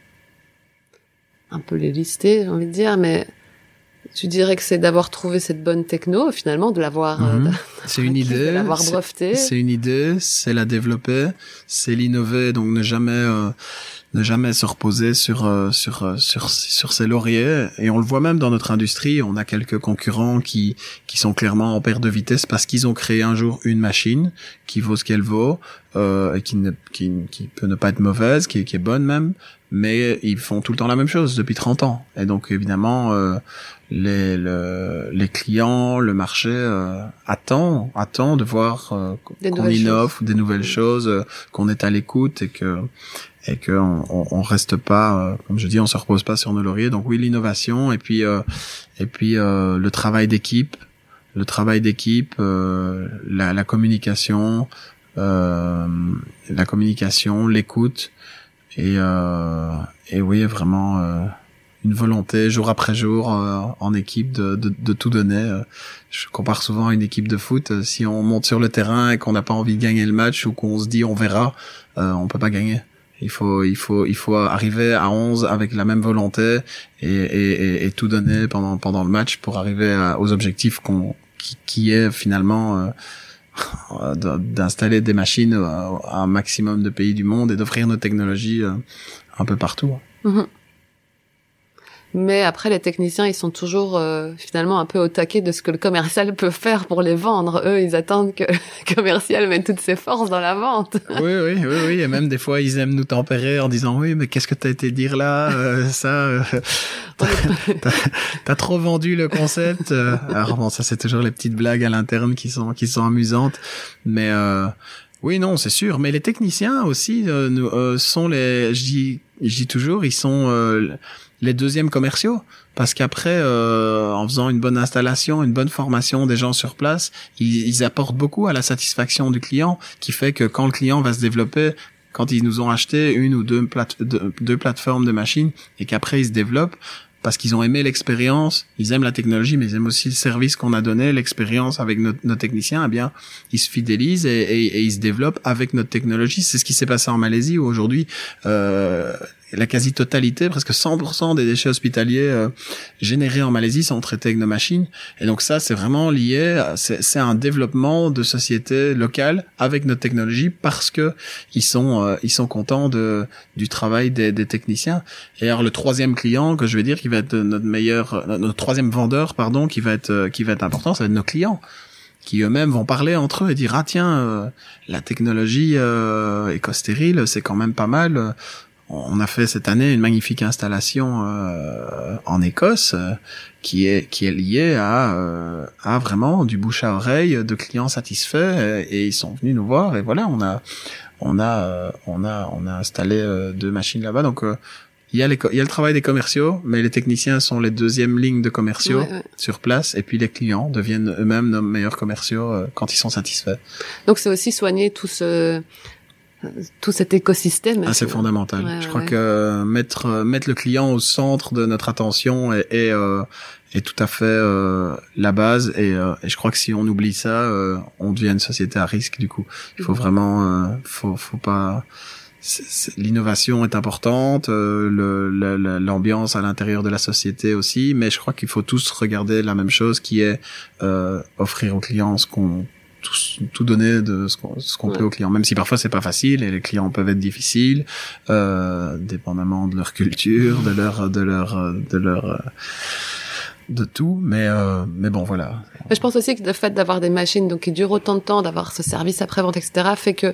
S1: un peu les lister, j'ai envie de dire, mais tu dirais que c'est d'avoir trouvé cette bonne techno, finalement, de l'avoir,
S2: mmh.
S1: euh,
S2: c'est une idée,
S1: de l'avoir brevetée.
S2: C'est, c'est une idée, c'est la développer, c'est l'innover, donc ne jamais, euh, ne jamais se reposer sur, euh, sur, euh, sur, sur ses lauriers. Et on le voit même dans notre industrie, on a quelques concurrents qui, qui sont clairement en perte de vitesse parce qu'ils ont créé un jour une machine qui vaut ce qu'elle vaut, euh, et qui ne, qui, qui peut ne pas être mauvaise, qui, qui est bonne même, mais ils font tout le temps la même chose depuis trente ans. Et donc, évidemment, euh, les le, les clients, le marché euh, attend attend de voir euh, qu'on innove choses. Des nouvelles choses, euh, qu'on est à l'écoute et que et que on, on, on reste pas, euh, comme je dis, on se repose pas sur nos lauriers. Donc oui, l'innovation et puis euh, et puis euh, le travail d'équipe, le travail d'équipe, euh, la, la communication, euh, la communication, l'écoute et euh, et oui, vraiment. Euh, une volonté jour après jour euh, en équipe de, de, de tout donner. Je compare souvent à une équipe de foot. Si on monte sur le terrain et qu'on n'a pas envie de gagner le match ou qu'on se dit on verra, euh, on peut pas gagner. Il faut il faut il faut arriver à onze avec la même volonté et et, et, et tout donner pendant pendant le match pour arriver à, aux objectifs qu'on qui, qui est finalement euh, d'installer des machines à un maximum de pays du monde et d'offrir nos technologies euh, un peu partout.
S1: Mmh. Mais après, les techniciens, ils sont toujours euh, finalement un peu au taquet de ce que le commercial peut faire pour les vendre. Eux, ils attendent que le commercial mette toutes ses forces dans la vente.
S2: Oui, oui, oui, oui. Et même des fois, ils aiment nous tempérer en disant « Oui, mais qu'est-ce que t'as été dire là euh, Ça, euh, t'as, t'as, t'as trop vendu le concept. » Alors bon, ça, c'est toujours les petites blagues à l'interne qui sont qui sont amusantes. Mais euh, oui, non, c'est sûr. Mais les techniciens aussi euh, nous, euh, sont les... Je dis, je dis toujours, ils sont... Euh, les deuxièmes commerciaux, parce qu'après, euh, en faisant une bonne installation, une bonne formation des gens sur place, ils, ils apportent beaucoup à la satisfaction du client, qui fait que quand le client va se développer, quand ils nous ont acheté une ou deux, plate- deux, deux plateformes de machines, et qu'après ils se développent, parce qu'ils ont aimé l'expérience, ils aiment la technologie, mais ils aiment aussi le service qu'on a donné, l'expérience avec nos, nos techniciens, eh bien, ils se fidélisent et, et, et ils se développent avec notre technologie. C'est ce qui s'est passé en Malaisie, où aujourd'hui, euh, la quasi-totalité, presque cent pour cent des déchets hospitaliers euh, générés en Malaisie sont traités avec nos machines. Et donc ça, c'est vraiment lié, à, c'est, c'est un développement de sociétés locales avec notre technologie parce que ils sont euh, ils sont contents de du travail des, des techniciens. Et alors le troisième client que je vais dire qui va être notre meilleur, notre troisième vendeur, pardon, qui va être qui va être important, ça va être nos clients, qui eux-mêmes vont parler entre eux et dire ah tiens euh, la technologie euh, éco-stérile c'est quand même pas mal. On a fait cette année une magnifique installation euh, en Écosse euh, qui est qui est liée à euh, à vraiment du bouche à oreille de clients satisfaits et, et ils sont venus nous voir et voilà on a on a euh, on a on a installé euh, deux machines là-bas donc euh, il y a les il y a le travail des commerciaux mais les techniciens sont les deuxièmes lignes de commerciaux ouais, ouais. sur place et puis les clients deviennent eux-mêmes nos meilleurs commerciaux euh, quand ils sont satisfaits.
S1: Donc c'est aussi soigner tout ce tout cet écosystème.
S2: Ah, c'est fondamental.
S1: Ouais,
S2: je
S1: ouais,
S2: crois
S1: ouais.
S2: que mettre mettre le client au centre de notre attention est est, euh, est tout à fait euh, la base et, euh, et je crois que si on oublie ça, euh, on devient une société à risque du coup. Il faut vraiment, euh, faut faut pas. C'est, c'est, l'innovation est importante, euh, le, le, l'ambiance à l'intérieur de la société aussi, mais je crois qu'il faut tous regarder la même chose qui est euh, offrir aux clients ce qu'on tout, tout donner de ce qu'on, ce qu'on ouais. peut aux clients, même si parfois c'est pas facile et les clients peuvent être difficiles, euh, dépendamment de leur culture, de leur, de leur, de leur, de tout, mais euh, mais bon voilà.
S1: Mais je pense aussi que le fait d'avoir des machines donc qui durent autant de temps, d'avoir ce service après-vente, et cetera, fait que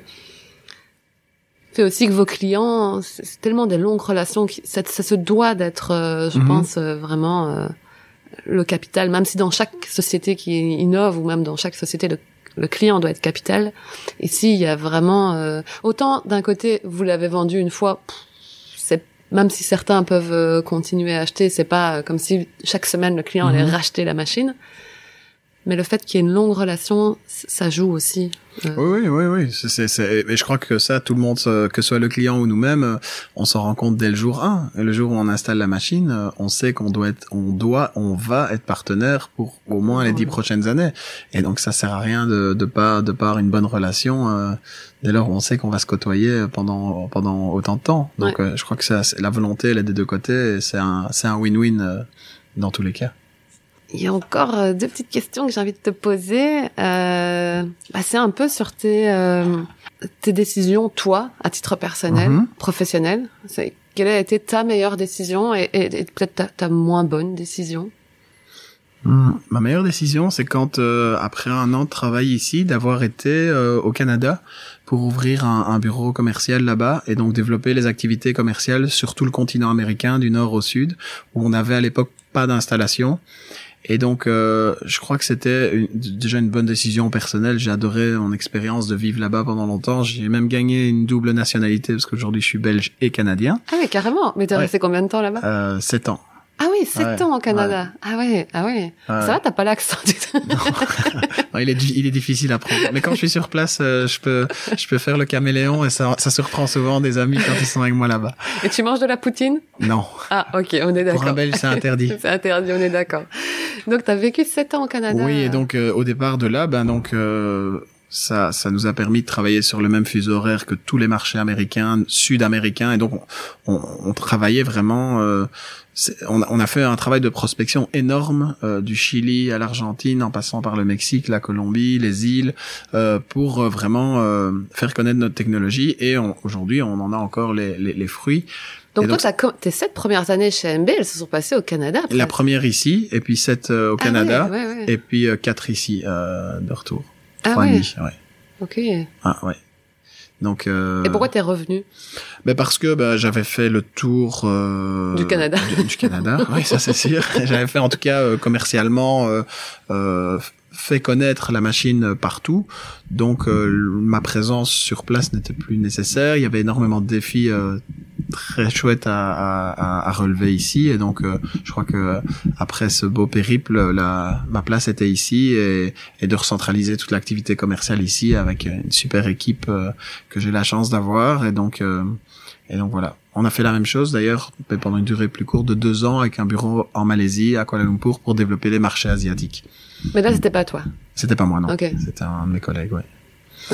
S1: fait aussi que vos clients, c'est tellement des longues relations, qui, ça, ça se doit d'être, euh, je mm-hmm. pense, euh, vraiment euh, le capital, même si dans chaque société qui innove ou même dans chaque société le le client doit être capital. Ici, il y a vraiment euh, autant d'un côté, vous l'avez vendu une fois, pff, c'est même si certains peuvent euh, continuer à acheter, c'est pas euh, comme si chaque semaine le client mm-hmm. allait racheter la machine. Mais le fait qu'il y ait une longue relation, ça joue aussi. Euh...
S2: Oui, oui, oui, oui. C'est, c'est, c'est, et je crois que ça, tout le monde, que ce soit le client ou nous-mêmes, on s'en rend compte dès le jour un. Et le jour où on installe la machine, on sait qu'on doit être, on doit, on va être partenaire pour au moins les dix prochaines années. Et donc, ça sert à rien de, de pas, de pas avoir une bonne relation, euh, dès lors où on sait qu'on va se côtoyer pendant, pendant autant de temps. Donc, ouais. euh, je crois que ça, la volonté, elle est des deux côtés et c'est un, c'est un win-win, euh, dans tous les cas.
S1: Il y a encore euh, deux petites questions que j'ai envie de te poser. Euh, bah, c'est un peu sur tes, euh, tes décisions, toi, à titre personnel, mm-hmm. professionnel. C'est, quelle a été ta meilleure décision et, et, et peut-être ta, ta moins bonne décision?
S2: Mmh. Ma meilleure décision, c'est quand, euh, après un an de travail ici, d'avoir été euh, au Canada pour ouvrir un, un bureau commercial là-bas et donc développer les activités commerciales sur tout le continent américain, du nord au sud, où on n'avait à l'époque pas d'installation. Et donc, euh, je crois que c'était une, déjà une bonne décision personnelle. J'ai adoré mon expérience de vivre là-bas pendant longtemps. J'ai même gagné une double nationalité parce qu'aujourd'hui, je suis belge et canadien.
S1: Ah oui, carrément. Mais t'as ouais. resté combien de temps là-bas?
S2: Euh, sept ans.
S1: Ah oui, sept ouais, ans au Canada. Ouais. Ah ouais, ah ouais. ouais. Ça va, t'as pas l'accent du tout.
S2: Non. non, il est il est difficile à prendre. Mais quand je suis sur place, euh, je peux je peux faire le caméléon et ça ça surprend souvent des amis quand ils sont avec moi là-bas.
S1: Et tu manges de la poutine?
S2: Non.
S1: Ah OK, on est d'accord.
S2: Pour un Belge, c'est interdit.
S1: C'est interdit, on est d'accord. Donc t'as vécu sept ans au Canada.
S2: Oui, et donc euh, au départ de là, ben donc euh, ça ça nous a permis de travailler sur le même fuseau horaire que tous les marchés américains, sud-américains et donc on on, on travaillait vraiment euh, C'est, on, a, on a fait un travail de prospection énorme euh, du Chili à l'Argentine en passant par le Mexique, la Colombie, les îles euh, pour euh, vraiment euh, faire connaître notre technologie et on, aujourd'hui on en a encore les, les, les fruits.
S1: Donc, donc toi, tes sept premières années chez M B, elles se sont passées au Canada. Presque.
S2: La première ici et puis sept euh, au ah Canada
S1: ouais, ouais, ouais.
S2: et puis euh, quatre ici euh, de retour.
S1: Ah
S2: Trois
S1: ouais.
S2: nuits, ouais.
S1: Ok.
S2: Ah ouais. Donc, euh,
S1: et pourquoi t'es revenu?
S2: Ben parce que ben j'avais fait le tour euh,
S1: du Canada.
S2: Du, du Canada, oui ça c'est sûr. J'avais fait en tout cas euh, commercialement euh, euh, fait connaître la machine partout. Donc euh, ma présence sur place n'était plus nécessaire. Il y avait énormément de défis euh, très chouettes à, à, à relever ici et donc euh, je crois que après ce beau périple, la, ma place était ici et, et de recentraliser toute l'activité commerciale ici avec une super équipe euh, que j'ai la chance d'avoir et donc euh, et donc voilà. On a fait la même chose d'ailleurs pendant une durée plus courte de deux ans avec un bureau en Malaisie à Kuala Lumpur pour développer les marchés asiatiques.
S1: Mais là c'était pas toi.
S2: C'était pas moi non.
S1: Okay.
S2: C'était un de mes collègues, ouais.
S1: Ok.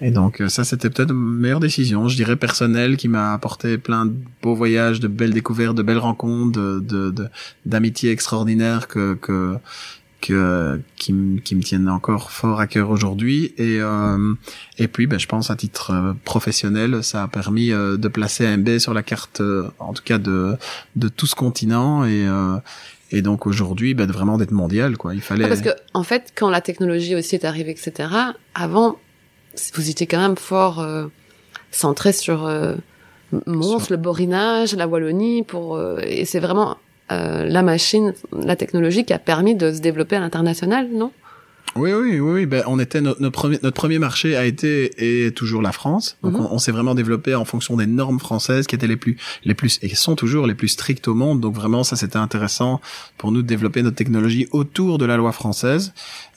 S2: Et donc ça, c'était peut-être une meilleure décision, je dirais personnelle, qui m'a apporté plein de beaux voyages, de belles découvertes, de belles rencontres, de, de, de d'amitiés extraordinaires que que que qui me qui me tiennent encore fort à cœur aujourd'hui. Et euh, et puis, ben, je pense à titre euh, professionnel, ça a permis euh, de placer A M B sur la carte, euh, en tout cas de de tout ce continent. Et euh, Et donc aujourd'hui, ben, vraiment d'être mondial, quoi. Il fallait.
S1: Ah, parce que en fait, quand la technologie aussi est arrivée, et cetera. Avant, vous étiez quand même fort euh, centré sur euh, Mons, sur... le Borinage, la Wallonie, pour euh, et c'est vraiment euh, la machine, la technologie qui a permis de se développer à l'international, non?
S2: Oui, oui, oui, oui. Ben, on était notre, notre premier, notre premier marché a été et est toujours la France. Donc, mm-hmm. on, on s'est vraiment développé en fonction des normes françaises qui étaient les plus, les plus, et sont toujours les plus strictes au monde. Donc, vraiment, ça, c'était intéressant pour nous de développer notre technologie autour de la loi française,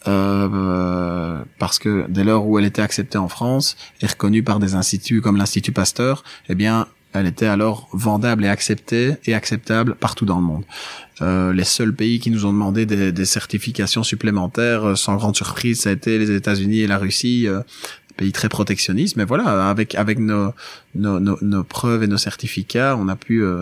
S2: euh, parce que dès lors où elle était acceptée en France et reconnue par des instituts comme l'Institut Pasteur, eh bien, elle était alors vendable et acceptée et acceptable partout dans le monde. Euh, les seuls pays qui nous ont demandé des, des certifications supplémentaires, euh, sans grande surprise, ça a été les États-Unis et la Russie, euh, pays très protectionnistes. Mais voilà, avec avec nos nos, nos, nos preuves et nos certificats, on a pu euh,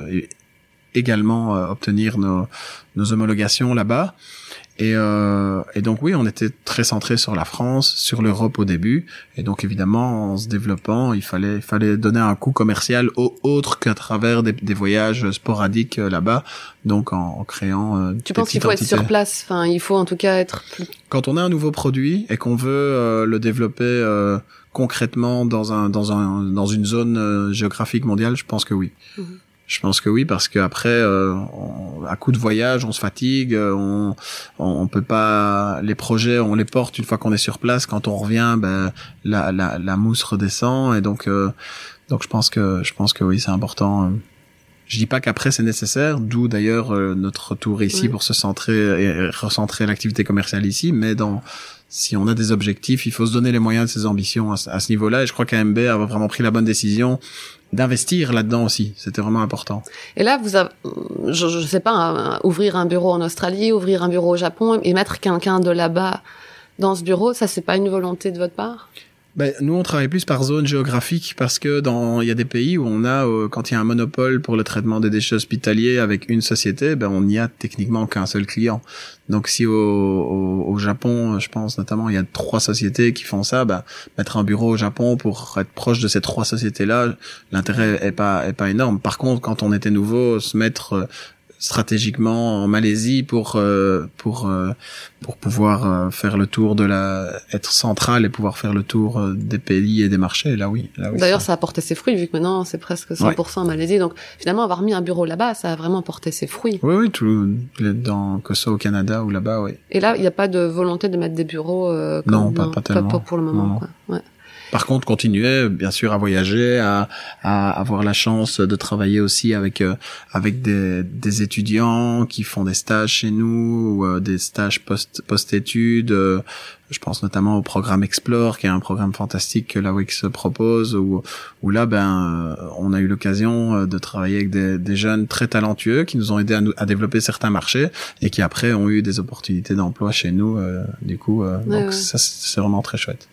S2: également euh, obtenir nos, nos homologations là-bas. Et, euh, et donc oui, on était très centré sur la France, sur l'Europe au début, et donc évidemment en se développant, il fallait, il fallait donner un coup commercial au, autre qu'à travers des, des voyages sporadiques euh, là-bas, donc en, en créant. Euh,
S1: tu penses qu'il faut entités. Être sur place, enfin il faut en tout cas être. Plus...
S2: Quand on a un nouveau produit et qu'on veut euh, le développer euh, concrètement dans un dans un dans une zone euh, géographique mondiale, je pense que oui. Mm-hmm. Je pense que oui, parce que après, euh, on, à coup de voyage, on se fatigue, on, on, on peut pas. Les projets, on les porte une fois qu'on est sur place. Quand on revient, ben la la, la mousse redescend, et donc euh, donc je pense que je pense que oui, c'est important. Je dis pas qu'après c'est nécessaire, d'où d'ailleurs euh, notre retour ici oui. pour se centrer et recentrer l'activité commerciale ici, mais dans si on a des objectifs, il faut se donner les moyens de ses ambitions à, à ce niveau-là. Et je crois qu'A M B a vraiment pris la bonne décision d'investir là-dedans aussi. C'était vraiment important.
S1: Et là, vous avez, je, je sais pas, hein, ouvrir un bureau en Australie, ouvrir un bureau au Japon et mettre quelqu'un de là-bas dans ce bureau, ça c'est pas une volonté de votre part?
S2: Ben, nous, on travaille plus par zone géographique parce que dans, il y a des pays où on a, euh, quand il y a un monopole pour le traitement des déchets hospitaliers avec une société, ben, on n'y a techniquement qu'un seul client. Donc, si au, au, au Japon, je pense notamment, il y a trois sociétés qui font ça, ben, mettre un bureau au Japon pour être proche de ces trois sociétés-là, l'intérêt est pas, est pas énorme. Par contre, quand on était nouveau, se mettre, euh, stratégiquement en Malaisie pour euh, pour euh, pour pouvoir euh, faire le tour de la être central et pouvoir faire le tour euh, des pays et des marchés, là oui, là oui.
S1: D'ailleurs, ça. ça a porté ses fruits vu que maintenant c'est presque cent pour cent ouais. en Malaisie, donc finalement avoir mis un bureau là-bas, ça a vraiment porté ses fruits.
S2: Oui oui, tout dans que ce soit au Canada ou là-bas, oui.
S1: Et là, il n'y a pas de volonté de mettre des bureaux euh, comme
S2: non, pas, non, pas tellement.
S1: Pas pour le moment non. quoi. Ouais.
S2: Par contre, continuer bien sûr à voyager, à, à avoir la chance de travailler aussi avec euh, avec des, des étudiants qui font des stages chez nous ou euh, des stages post post-études. Euh, je pense notamment au programme Explore, qui est un programme fantastique que la W I C S propose, où où là ben euh, on a eu l'occasion de travailler avec des, des jeunes très talentueux qui nous ont aidés à, nous, à développer certains marchés et qui après ont eu des opportunités d'emploi chez nous. Euh, du coup, euh, ouais, donc ouais. ça c'est vraiment très chouette.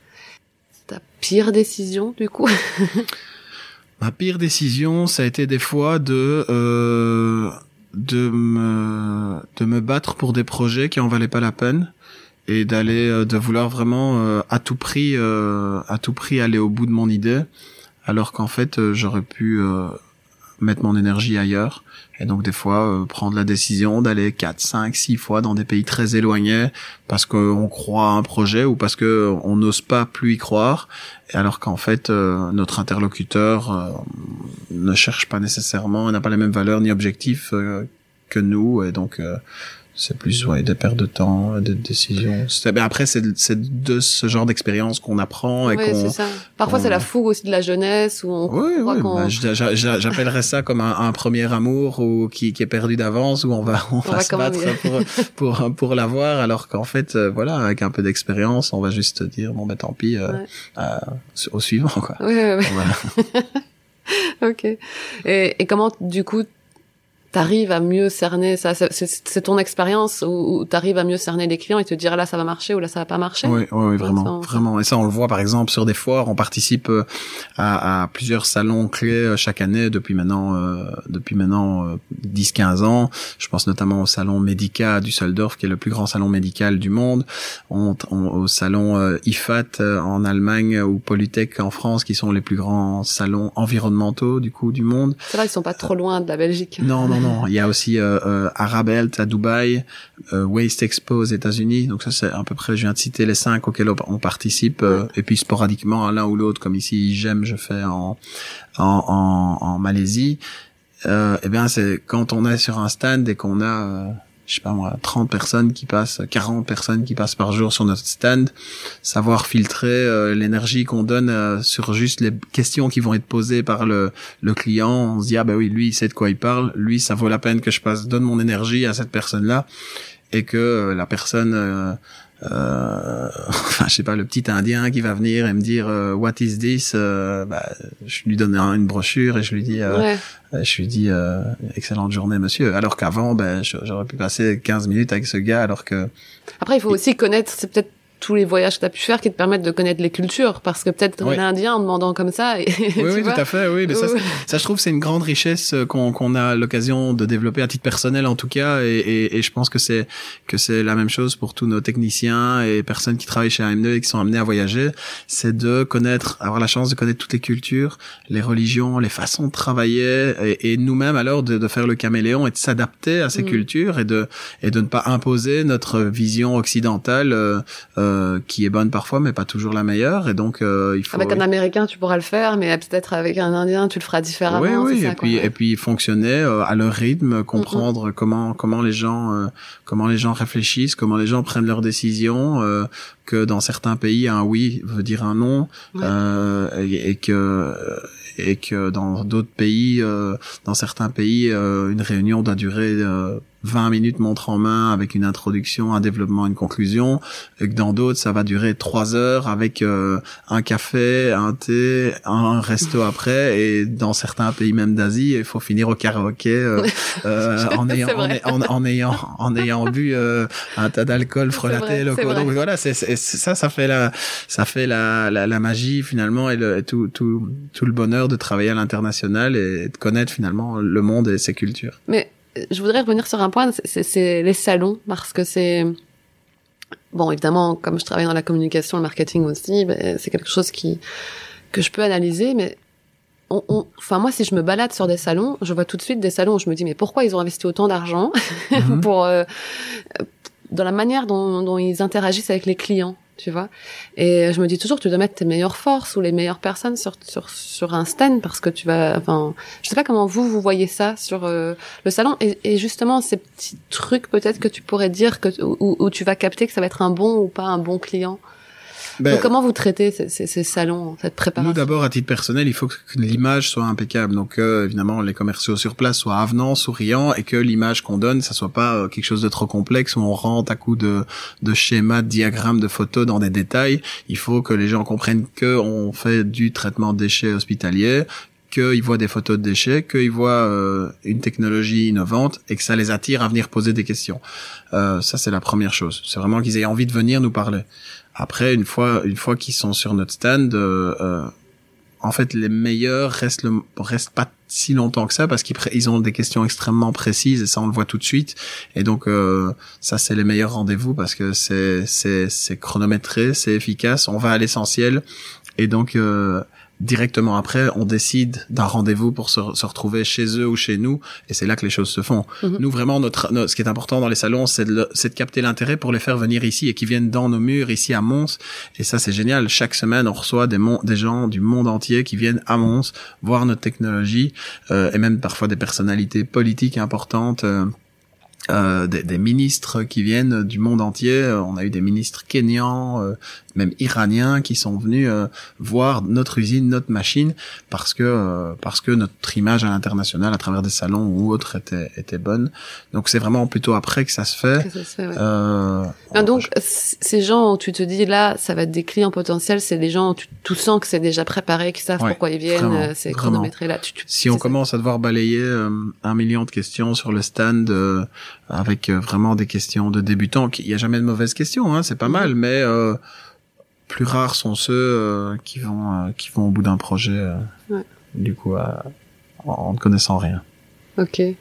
S1: Ta pire décision, du coup?
S2: Ma pire décision, ça a été des fois de euh, de me de me battre pour des projets qui en valaient pas la peine et d'aller euh, de vouloir vraiment euh, à tout prix euh, à tout prix aller au bout de mon idée, alors qu'en fait euh, j'aurais pu euh, mettre mon énergie ailleurs. Et donc des fois euh, prendre la décision d'aller quatre, cinq, six fois dans des pays très éloignés parce qu'on croit à un projet ou parce que on n'ose pas plus y croire, et alors qu'en fait euh, notre interlocuteur euh, ne cherche pas nécessairement, n'a pas les mêmes valeurs ni objectifs euh, que nous, et donc euh, c'est plus ouais des pertes de temps, des décisions. C'est, ben après c'est c'est de ce genre d'expérience qu'on apprend et
S1: oui,
S2: qu'on.
S1: C'est ça. Parfois
S2: on...
S1: c'est la fougue aussi de la jeunesse où on.
S2: Oui oui.
S1: Qu'on...
S2: Bah, j'appellerais ça comme un, un premier amour ou qui qui est perdu d'avance, où on va on, on va, va se battre pour pour pour l'avoir, alors qu'en fait euh, voilà, avec un peu d'expérience on va juste dire bon ben tant pis euh, ouais. euh, au suivant quoi.
S1: Oui oui. oui. Voilà. Ok. Et, et comment du coup t'arrives à mieux cerner ça, c'est, c'est, c'est ton expérience où, où t'arrives à mieux cerner les clients et te dire là ça va marcher ou là ça va pas marcher.
S2: Oui, oui, oui vraiment,
S1: ça,
S2: vraiment. Et ça, on le voit par exemple sur des foires. On participe euh, à, à plusieurs salons clés euh, chaque année depuis maintenant, euh, depuis maintenant euh, dix quinze ans. Je pense notamment au salon Medica à Düsseldorf, qui est le plus grand salon médical du monde. On, on, au salon euh, I F A T euh, en Allemagne ou Polytech en France, qui sont les plus grands salons environnementaux du coup du monde.
S1: C'est vrai, ils sont pas trop loin de la Belgique.
S2: Non, non, non. Il y a aussi euh, euh, Arabelt à Dubaï, euh, Waste Expo aux États-Unis. Donc ça, c'est à peu près, je viens de citer les cinq auxquels on participe. Euh, ouais. Et puis sporadiquement, l'un ou l'autre, comme ici, j'aime, je fais en en, en, en Malaisie. Euh, eh bien, c'est quand on est sur un stand et qu'on a, euh, je sais pas moi, trente personnes qui passent, quarante personnes qui passent par jour sur notre stand, savoir filtrer euh, l'énergie qu'on donne euh, sur juste les questions qui vont être posées par le le client. On se dit ah ben oui, lui il sait de quoi il parle, lui ça vaut la peine que je passe donne mon énergie à cette personne-là, et que euh, la personne euh, euh, enfin je sais pas, le petit indien qui va venir et me dire euh, what is this, euh, bah, je lui donne une brochure et je lui dis euh, ouais. je lui dis euh, excellente journée monsieur, alors qu'avant ben j'aurais pu passer quinze minutes avec ce gars, alors que
S1: après il faut aussi connaître, c'est peut-être tous les voyages que tu as pu faire qui te permettent de connaître les cultures, parce que peut-être oui. l'Indien en demandant comme ça et,
S2: oui, oui
S1: vois?
S2: Tout à fait, oui, mais ça, ça je trouve c'est une grande richesse qu'on, qu'on a l'occasion de développer à titre personnel en tout cas, et, et, et je pense que c'est que c'est la même chose pour tous nos techniciens et personnes qui travaillent chez A M deux et qui sont amenés à voyager, c'est de connaître, avoir la chance de connaître toutes les cultures, les religions, les façons de travailler, et, et nous-mêmes alors de, de faire le caméléon et de s'adapter à ces mmh. cultures et de et de ne pas imposer notre vision occidentale euh, euh, qui est bonne parfois mais pas toujours la meilleure, et donc euh, il faut
S1: avec un Américain tu pourras le faire, mais peut-être avec un Indien tu le feras différemment.
S2: Oui oui,
S1: c'est ça,
S2: et puis
S1: quoi.
S2: et puis fonctionner euh, à leur rythme, comprendre mm-hmm. comment comment les gens euh, comment les gens réfléchissent, comment les gens prennent leurs décisions, euh, que dans certains pays un oui veut dire un non, ouais. euh, et, et que et que dans d'autres pays euh, dans certains pays euh, une réunion doit durer euh, vingt minutes montre en main avec une introduction, un développement, une conclusion, et que dans d'autres ça va durer trois heures avec euh, un café, un thé, un resto après, et dans certains pays même d'Asie il faut finir au karaoké euh, euh, en ayant en, en, en ayant en ayant bu euh, un tas d'alcool frelaté locaux. Donc voilà, c'est, c'est ça ça fait la ça fait la la, la magie finalement, et, le, et tout tout tout le bonheur de travailler à l'international et de connaître finalement le monde et ses cultures.
S1: Mais je voudrais revenir sur un point, c'est, c'est les salons, parce que c'est bon, évidemment, comme je travaille dans la communication, le marketing aussi, ben, c'est quelque chose qui que je peux analyser, mais on, on, enfin moi, si je me balade sur des salons, je vois tout de suite des salons où je me dis mais pourquoi ils ont investi autant d'argent mm-hmm. pour euh, dans la manière dont, dont ils interagissent avec les clients. Tu vois, et je me dis toujours tu dois mettre tes meilleures forces ou les meilleures personnes sur sur sur un stand, parce que tu vas, enfin je sais pas comment vous vous voyez ça sur euh, le salon, et, et justement ces petits trucs peut-être que tu pourrais dire que où, où tu vas capter que ça va être un bon ou pas un bon client. Ben, donc comment vous traitez ces, ces, ces salons, cette préparation?
S2: Nous d'abord, à titre personnel, il faut que l'image soit impeccable. Donc euh, évidemment, les commerciaux sur place soient avenants, souriants, et que l'image qu'on donne, ça soit pas euh, quelque chose de trop complexe où on rentre à coups de, de schémas, de diagrammes, de photos dans des détails. Il faut que les gens comprennent que on fait du traitement de déchets hospitaliers, qu'ils voient des photos de déchets, qu'ils voient euh, une technologie innovante, et que ça les attire à venir poser des questions. Euh, ça, c'est la première chose. C'est vraiment qu'ils aient envie de venir nous parler. Après, une fois, une fois qu'ils sont sur notre stand, euh, euh, en fait, les meilleurs restent, le, restent pas si longtemps que ça, parce qu'ils ils ont des questions extrêmement précises, et ça on le voit tout de suite. Et donc euh, ça c'est les meilleurs rendez-vous, parce que c'est c'est c'est chronométré, c'est efficace, on va à l'essentiel, et donc euh, directement après, on décide d'un rendez-vous pour se, se retrouver chez eux ou chez nous, et c'est là que les choses se font. Mm-hmm. Nous, vraiment, notre, notre, ce qui est important dans les salons, c'est de, le, c'est de capter l'intérêt pour les faire venir ici et qu'ils viennent dans nos murs, ici à Mons. Et ça, c'est génial. Chaque semaine, on reçoit des, mon, des gens du monde entier qui viennent à Mons voir notre technologie, euh, et même parfois des personnalités politiques importantes. Euh, Euh, des, des ministres qui viennent du monde entier. On a eu des ministres kenyans, euh, même iraniens, qui sont venus euh, voir notre usine, notre machine, parce que euh, parce que notre image à l'international, à travers des salons ou autres, était était bonne. Donc c'est vraiment plutôt après que ça se fait.
S1: Que ça se fait, ouais.
S2: Euh,
S1: ah, donc je... ces gens où tu te dis là, ça va être des clients potentiels, c'est des gens où tu, tu sens que c'est déjà préparé, qu'ils savent ouais, pourquoi ils viennent, vraiment, c'est chronométré là. Tu, tu,
S2: si on commence ça. à devoir balayer euh, un million de questions sur le stand. Euh, avec euh, vraiment des questions de débutants. Il y a jamais de mauvaises questions, hein, c'est pas mmh. mal, mais euh, plus rares sont ceux euh, qui vont euh, qui vont au bout d'un projet, euh, ouais. du coup, euh, en ne connaissant rien.
S1: Ok. Yeah.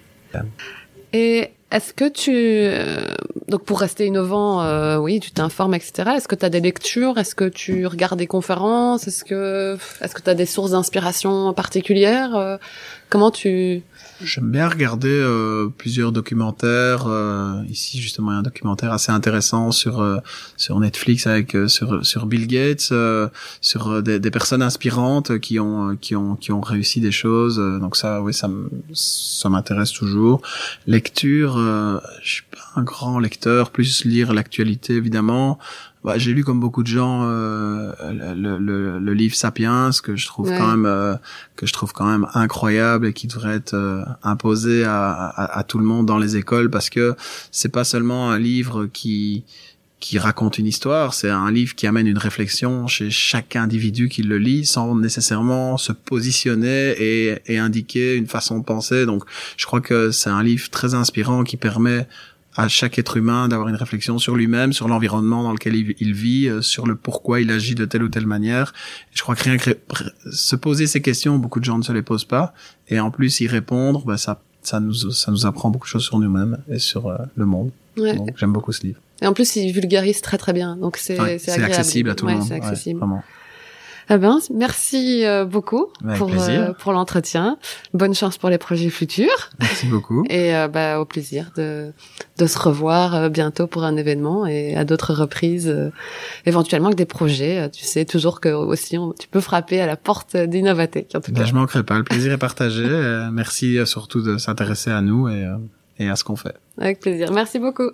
S1: Et est-ce que tu euh, donc pour rester innovant, euh, oui, tu t'informes, et cetera. Est-ce que tu as des lectures? Est-ce que tu regardes des conférences? Est-ce que est-ce que tu as des sources d'inspiration particulières? euh, Comment tu
S2: J'aime bien regarder euh, plusieurs documentaires. Euh, ici, justement, il y a un documentaire assez intéressant sur euh, sur Netflix avec euh, sur sur Bill Gates, euh, sur euh, des, des personnes inspirantes qui ont qui ont qui ont réussi des choses. Donc ça, oui, ça ça m'intéresse toujours. Lecture, euh, je suis pas un grand lecteur, plus lire l'actualité évidemment. Bah, j'ai lu comme beaucoup de gens euh, le, le, le livre Sapiens que je trouve ouais. quand même euh, que je trouve quand même incroyable et qui devrait être euh, imposé à, à, à tout le monde dans les écoles parce que c'est pas seulement un livre qui qui raconte une histoire, c'est un livre qui amène une réflexion chez chaque individu qui le lit sans nécessairement se positionner et, et indiquer une façon de penser. Donc je crois que c'est un livre très inspirant qui permet à chaque être humain d'avoir une réflexion sur lui-même, sur l'environnement dans lequel il, il vit, euh, sur le pourquoi il agit de telle ou telle manière. Et je crois que rien que se poser ces questions, beaucoup de gens ne se les posent pas, et en plus y répondre, bah, ça, ça nous, ça nous apprend beaucoup de choses sur nous-mêmes et sur euh, le monde. Ouais. Donc j'aime beaucoup ce livre.
S1: Et en plus, il vulgarise très très bien, donc c'est,
S2: ouais,
S1: c'est agréable.
S2: C'est accessible à tout
S1: ouais,
S2: le monde.
S1: C'est accessible.
S2: Ouais, vraiment.
S1: Ah ben, merci euh, beaucoup
S2: Avec
S1: pour euh, pour l'entretien. Bonne chance pour les projets futurs.
S2: Merci beaucoup.
S1: Et euh, bah au plaisir de de se revoir euh, bientôt pour un événement et à d'autres reprises, euh, éventuellement avec des projets. Tu sais toujours que aussi on, tu peux frapper à la porte d'Innovatech. En tout
S2: ben,
S1: cas.
S2: Je manquerai pas. Le plaisir est partagé. euh, merci surtout de s'intéresser à nous et euh, et à ce qu'on fait.
S1: Avec plaisir. Merci beaucoup.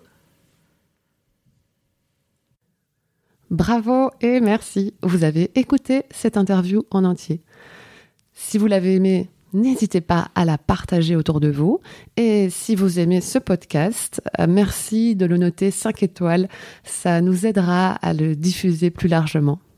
S1: Bravo et merci. Vous avez écouté cette interview en entier. Si vous l'avez aimé, n'hésitez pas à la partager autour de vous. Et si vous aimez ce podcast, merci de le noter cinq étoiles. Ça nous aidera à le diffuser plus largement.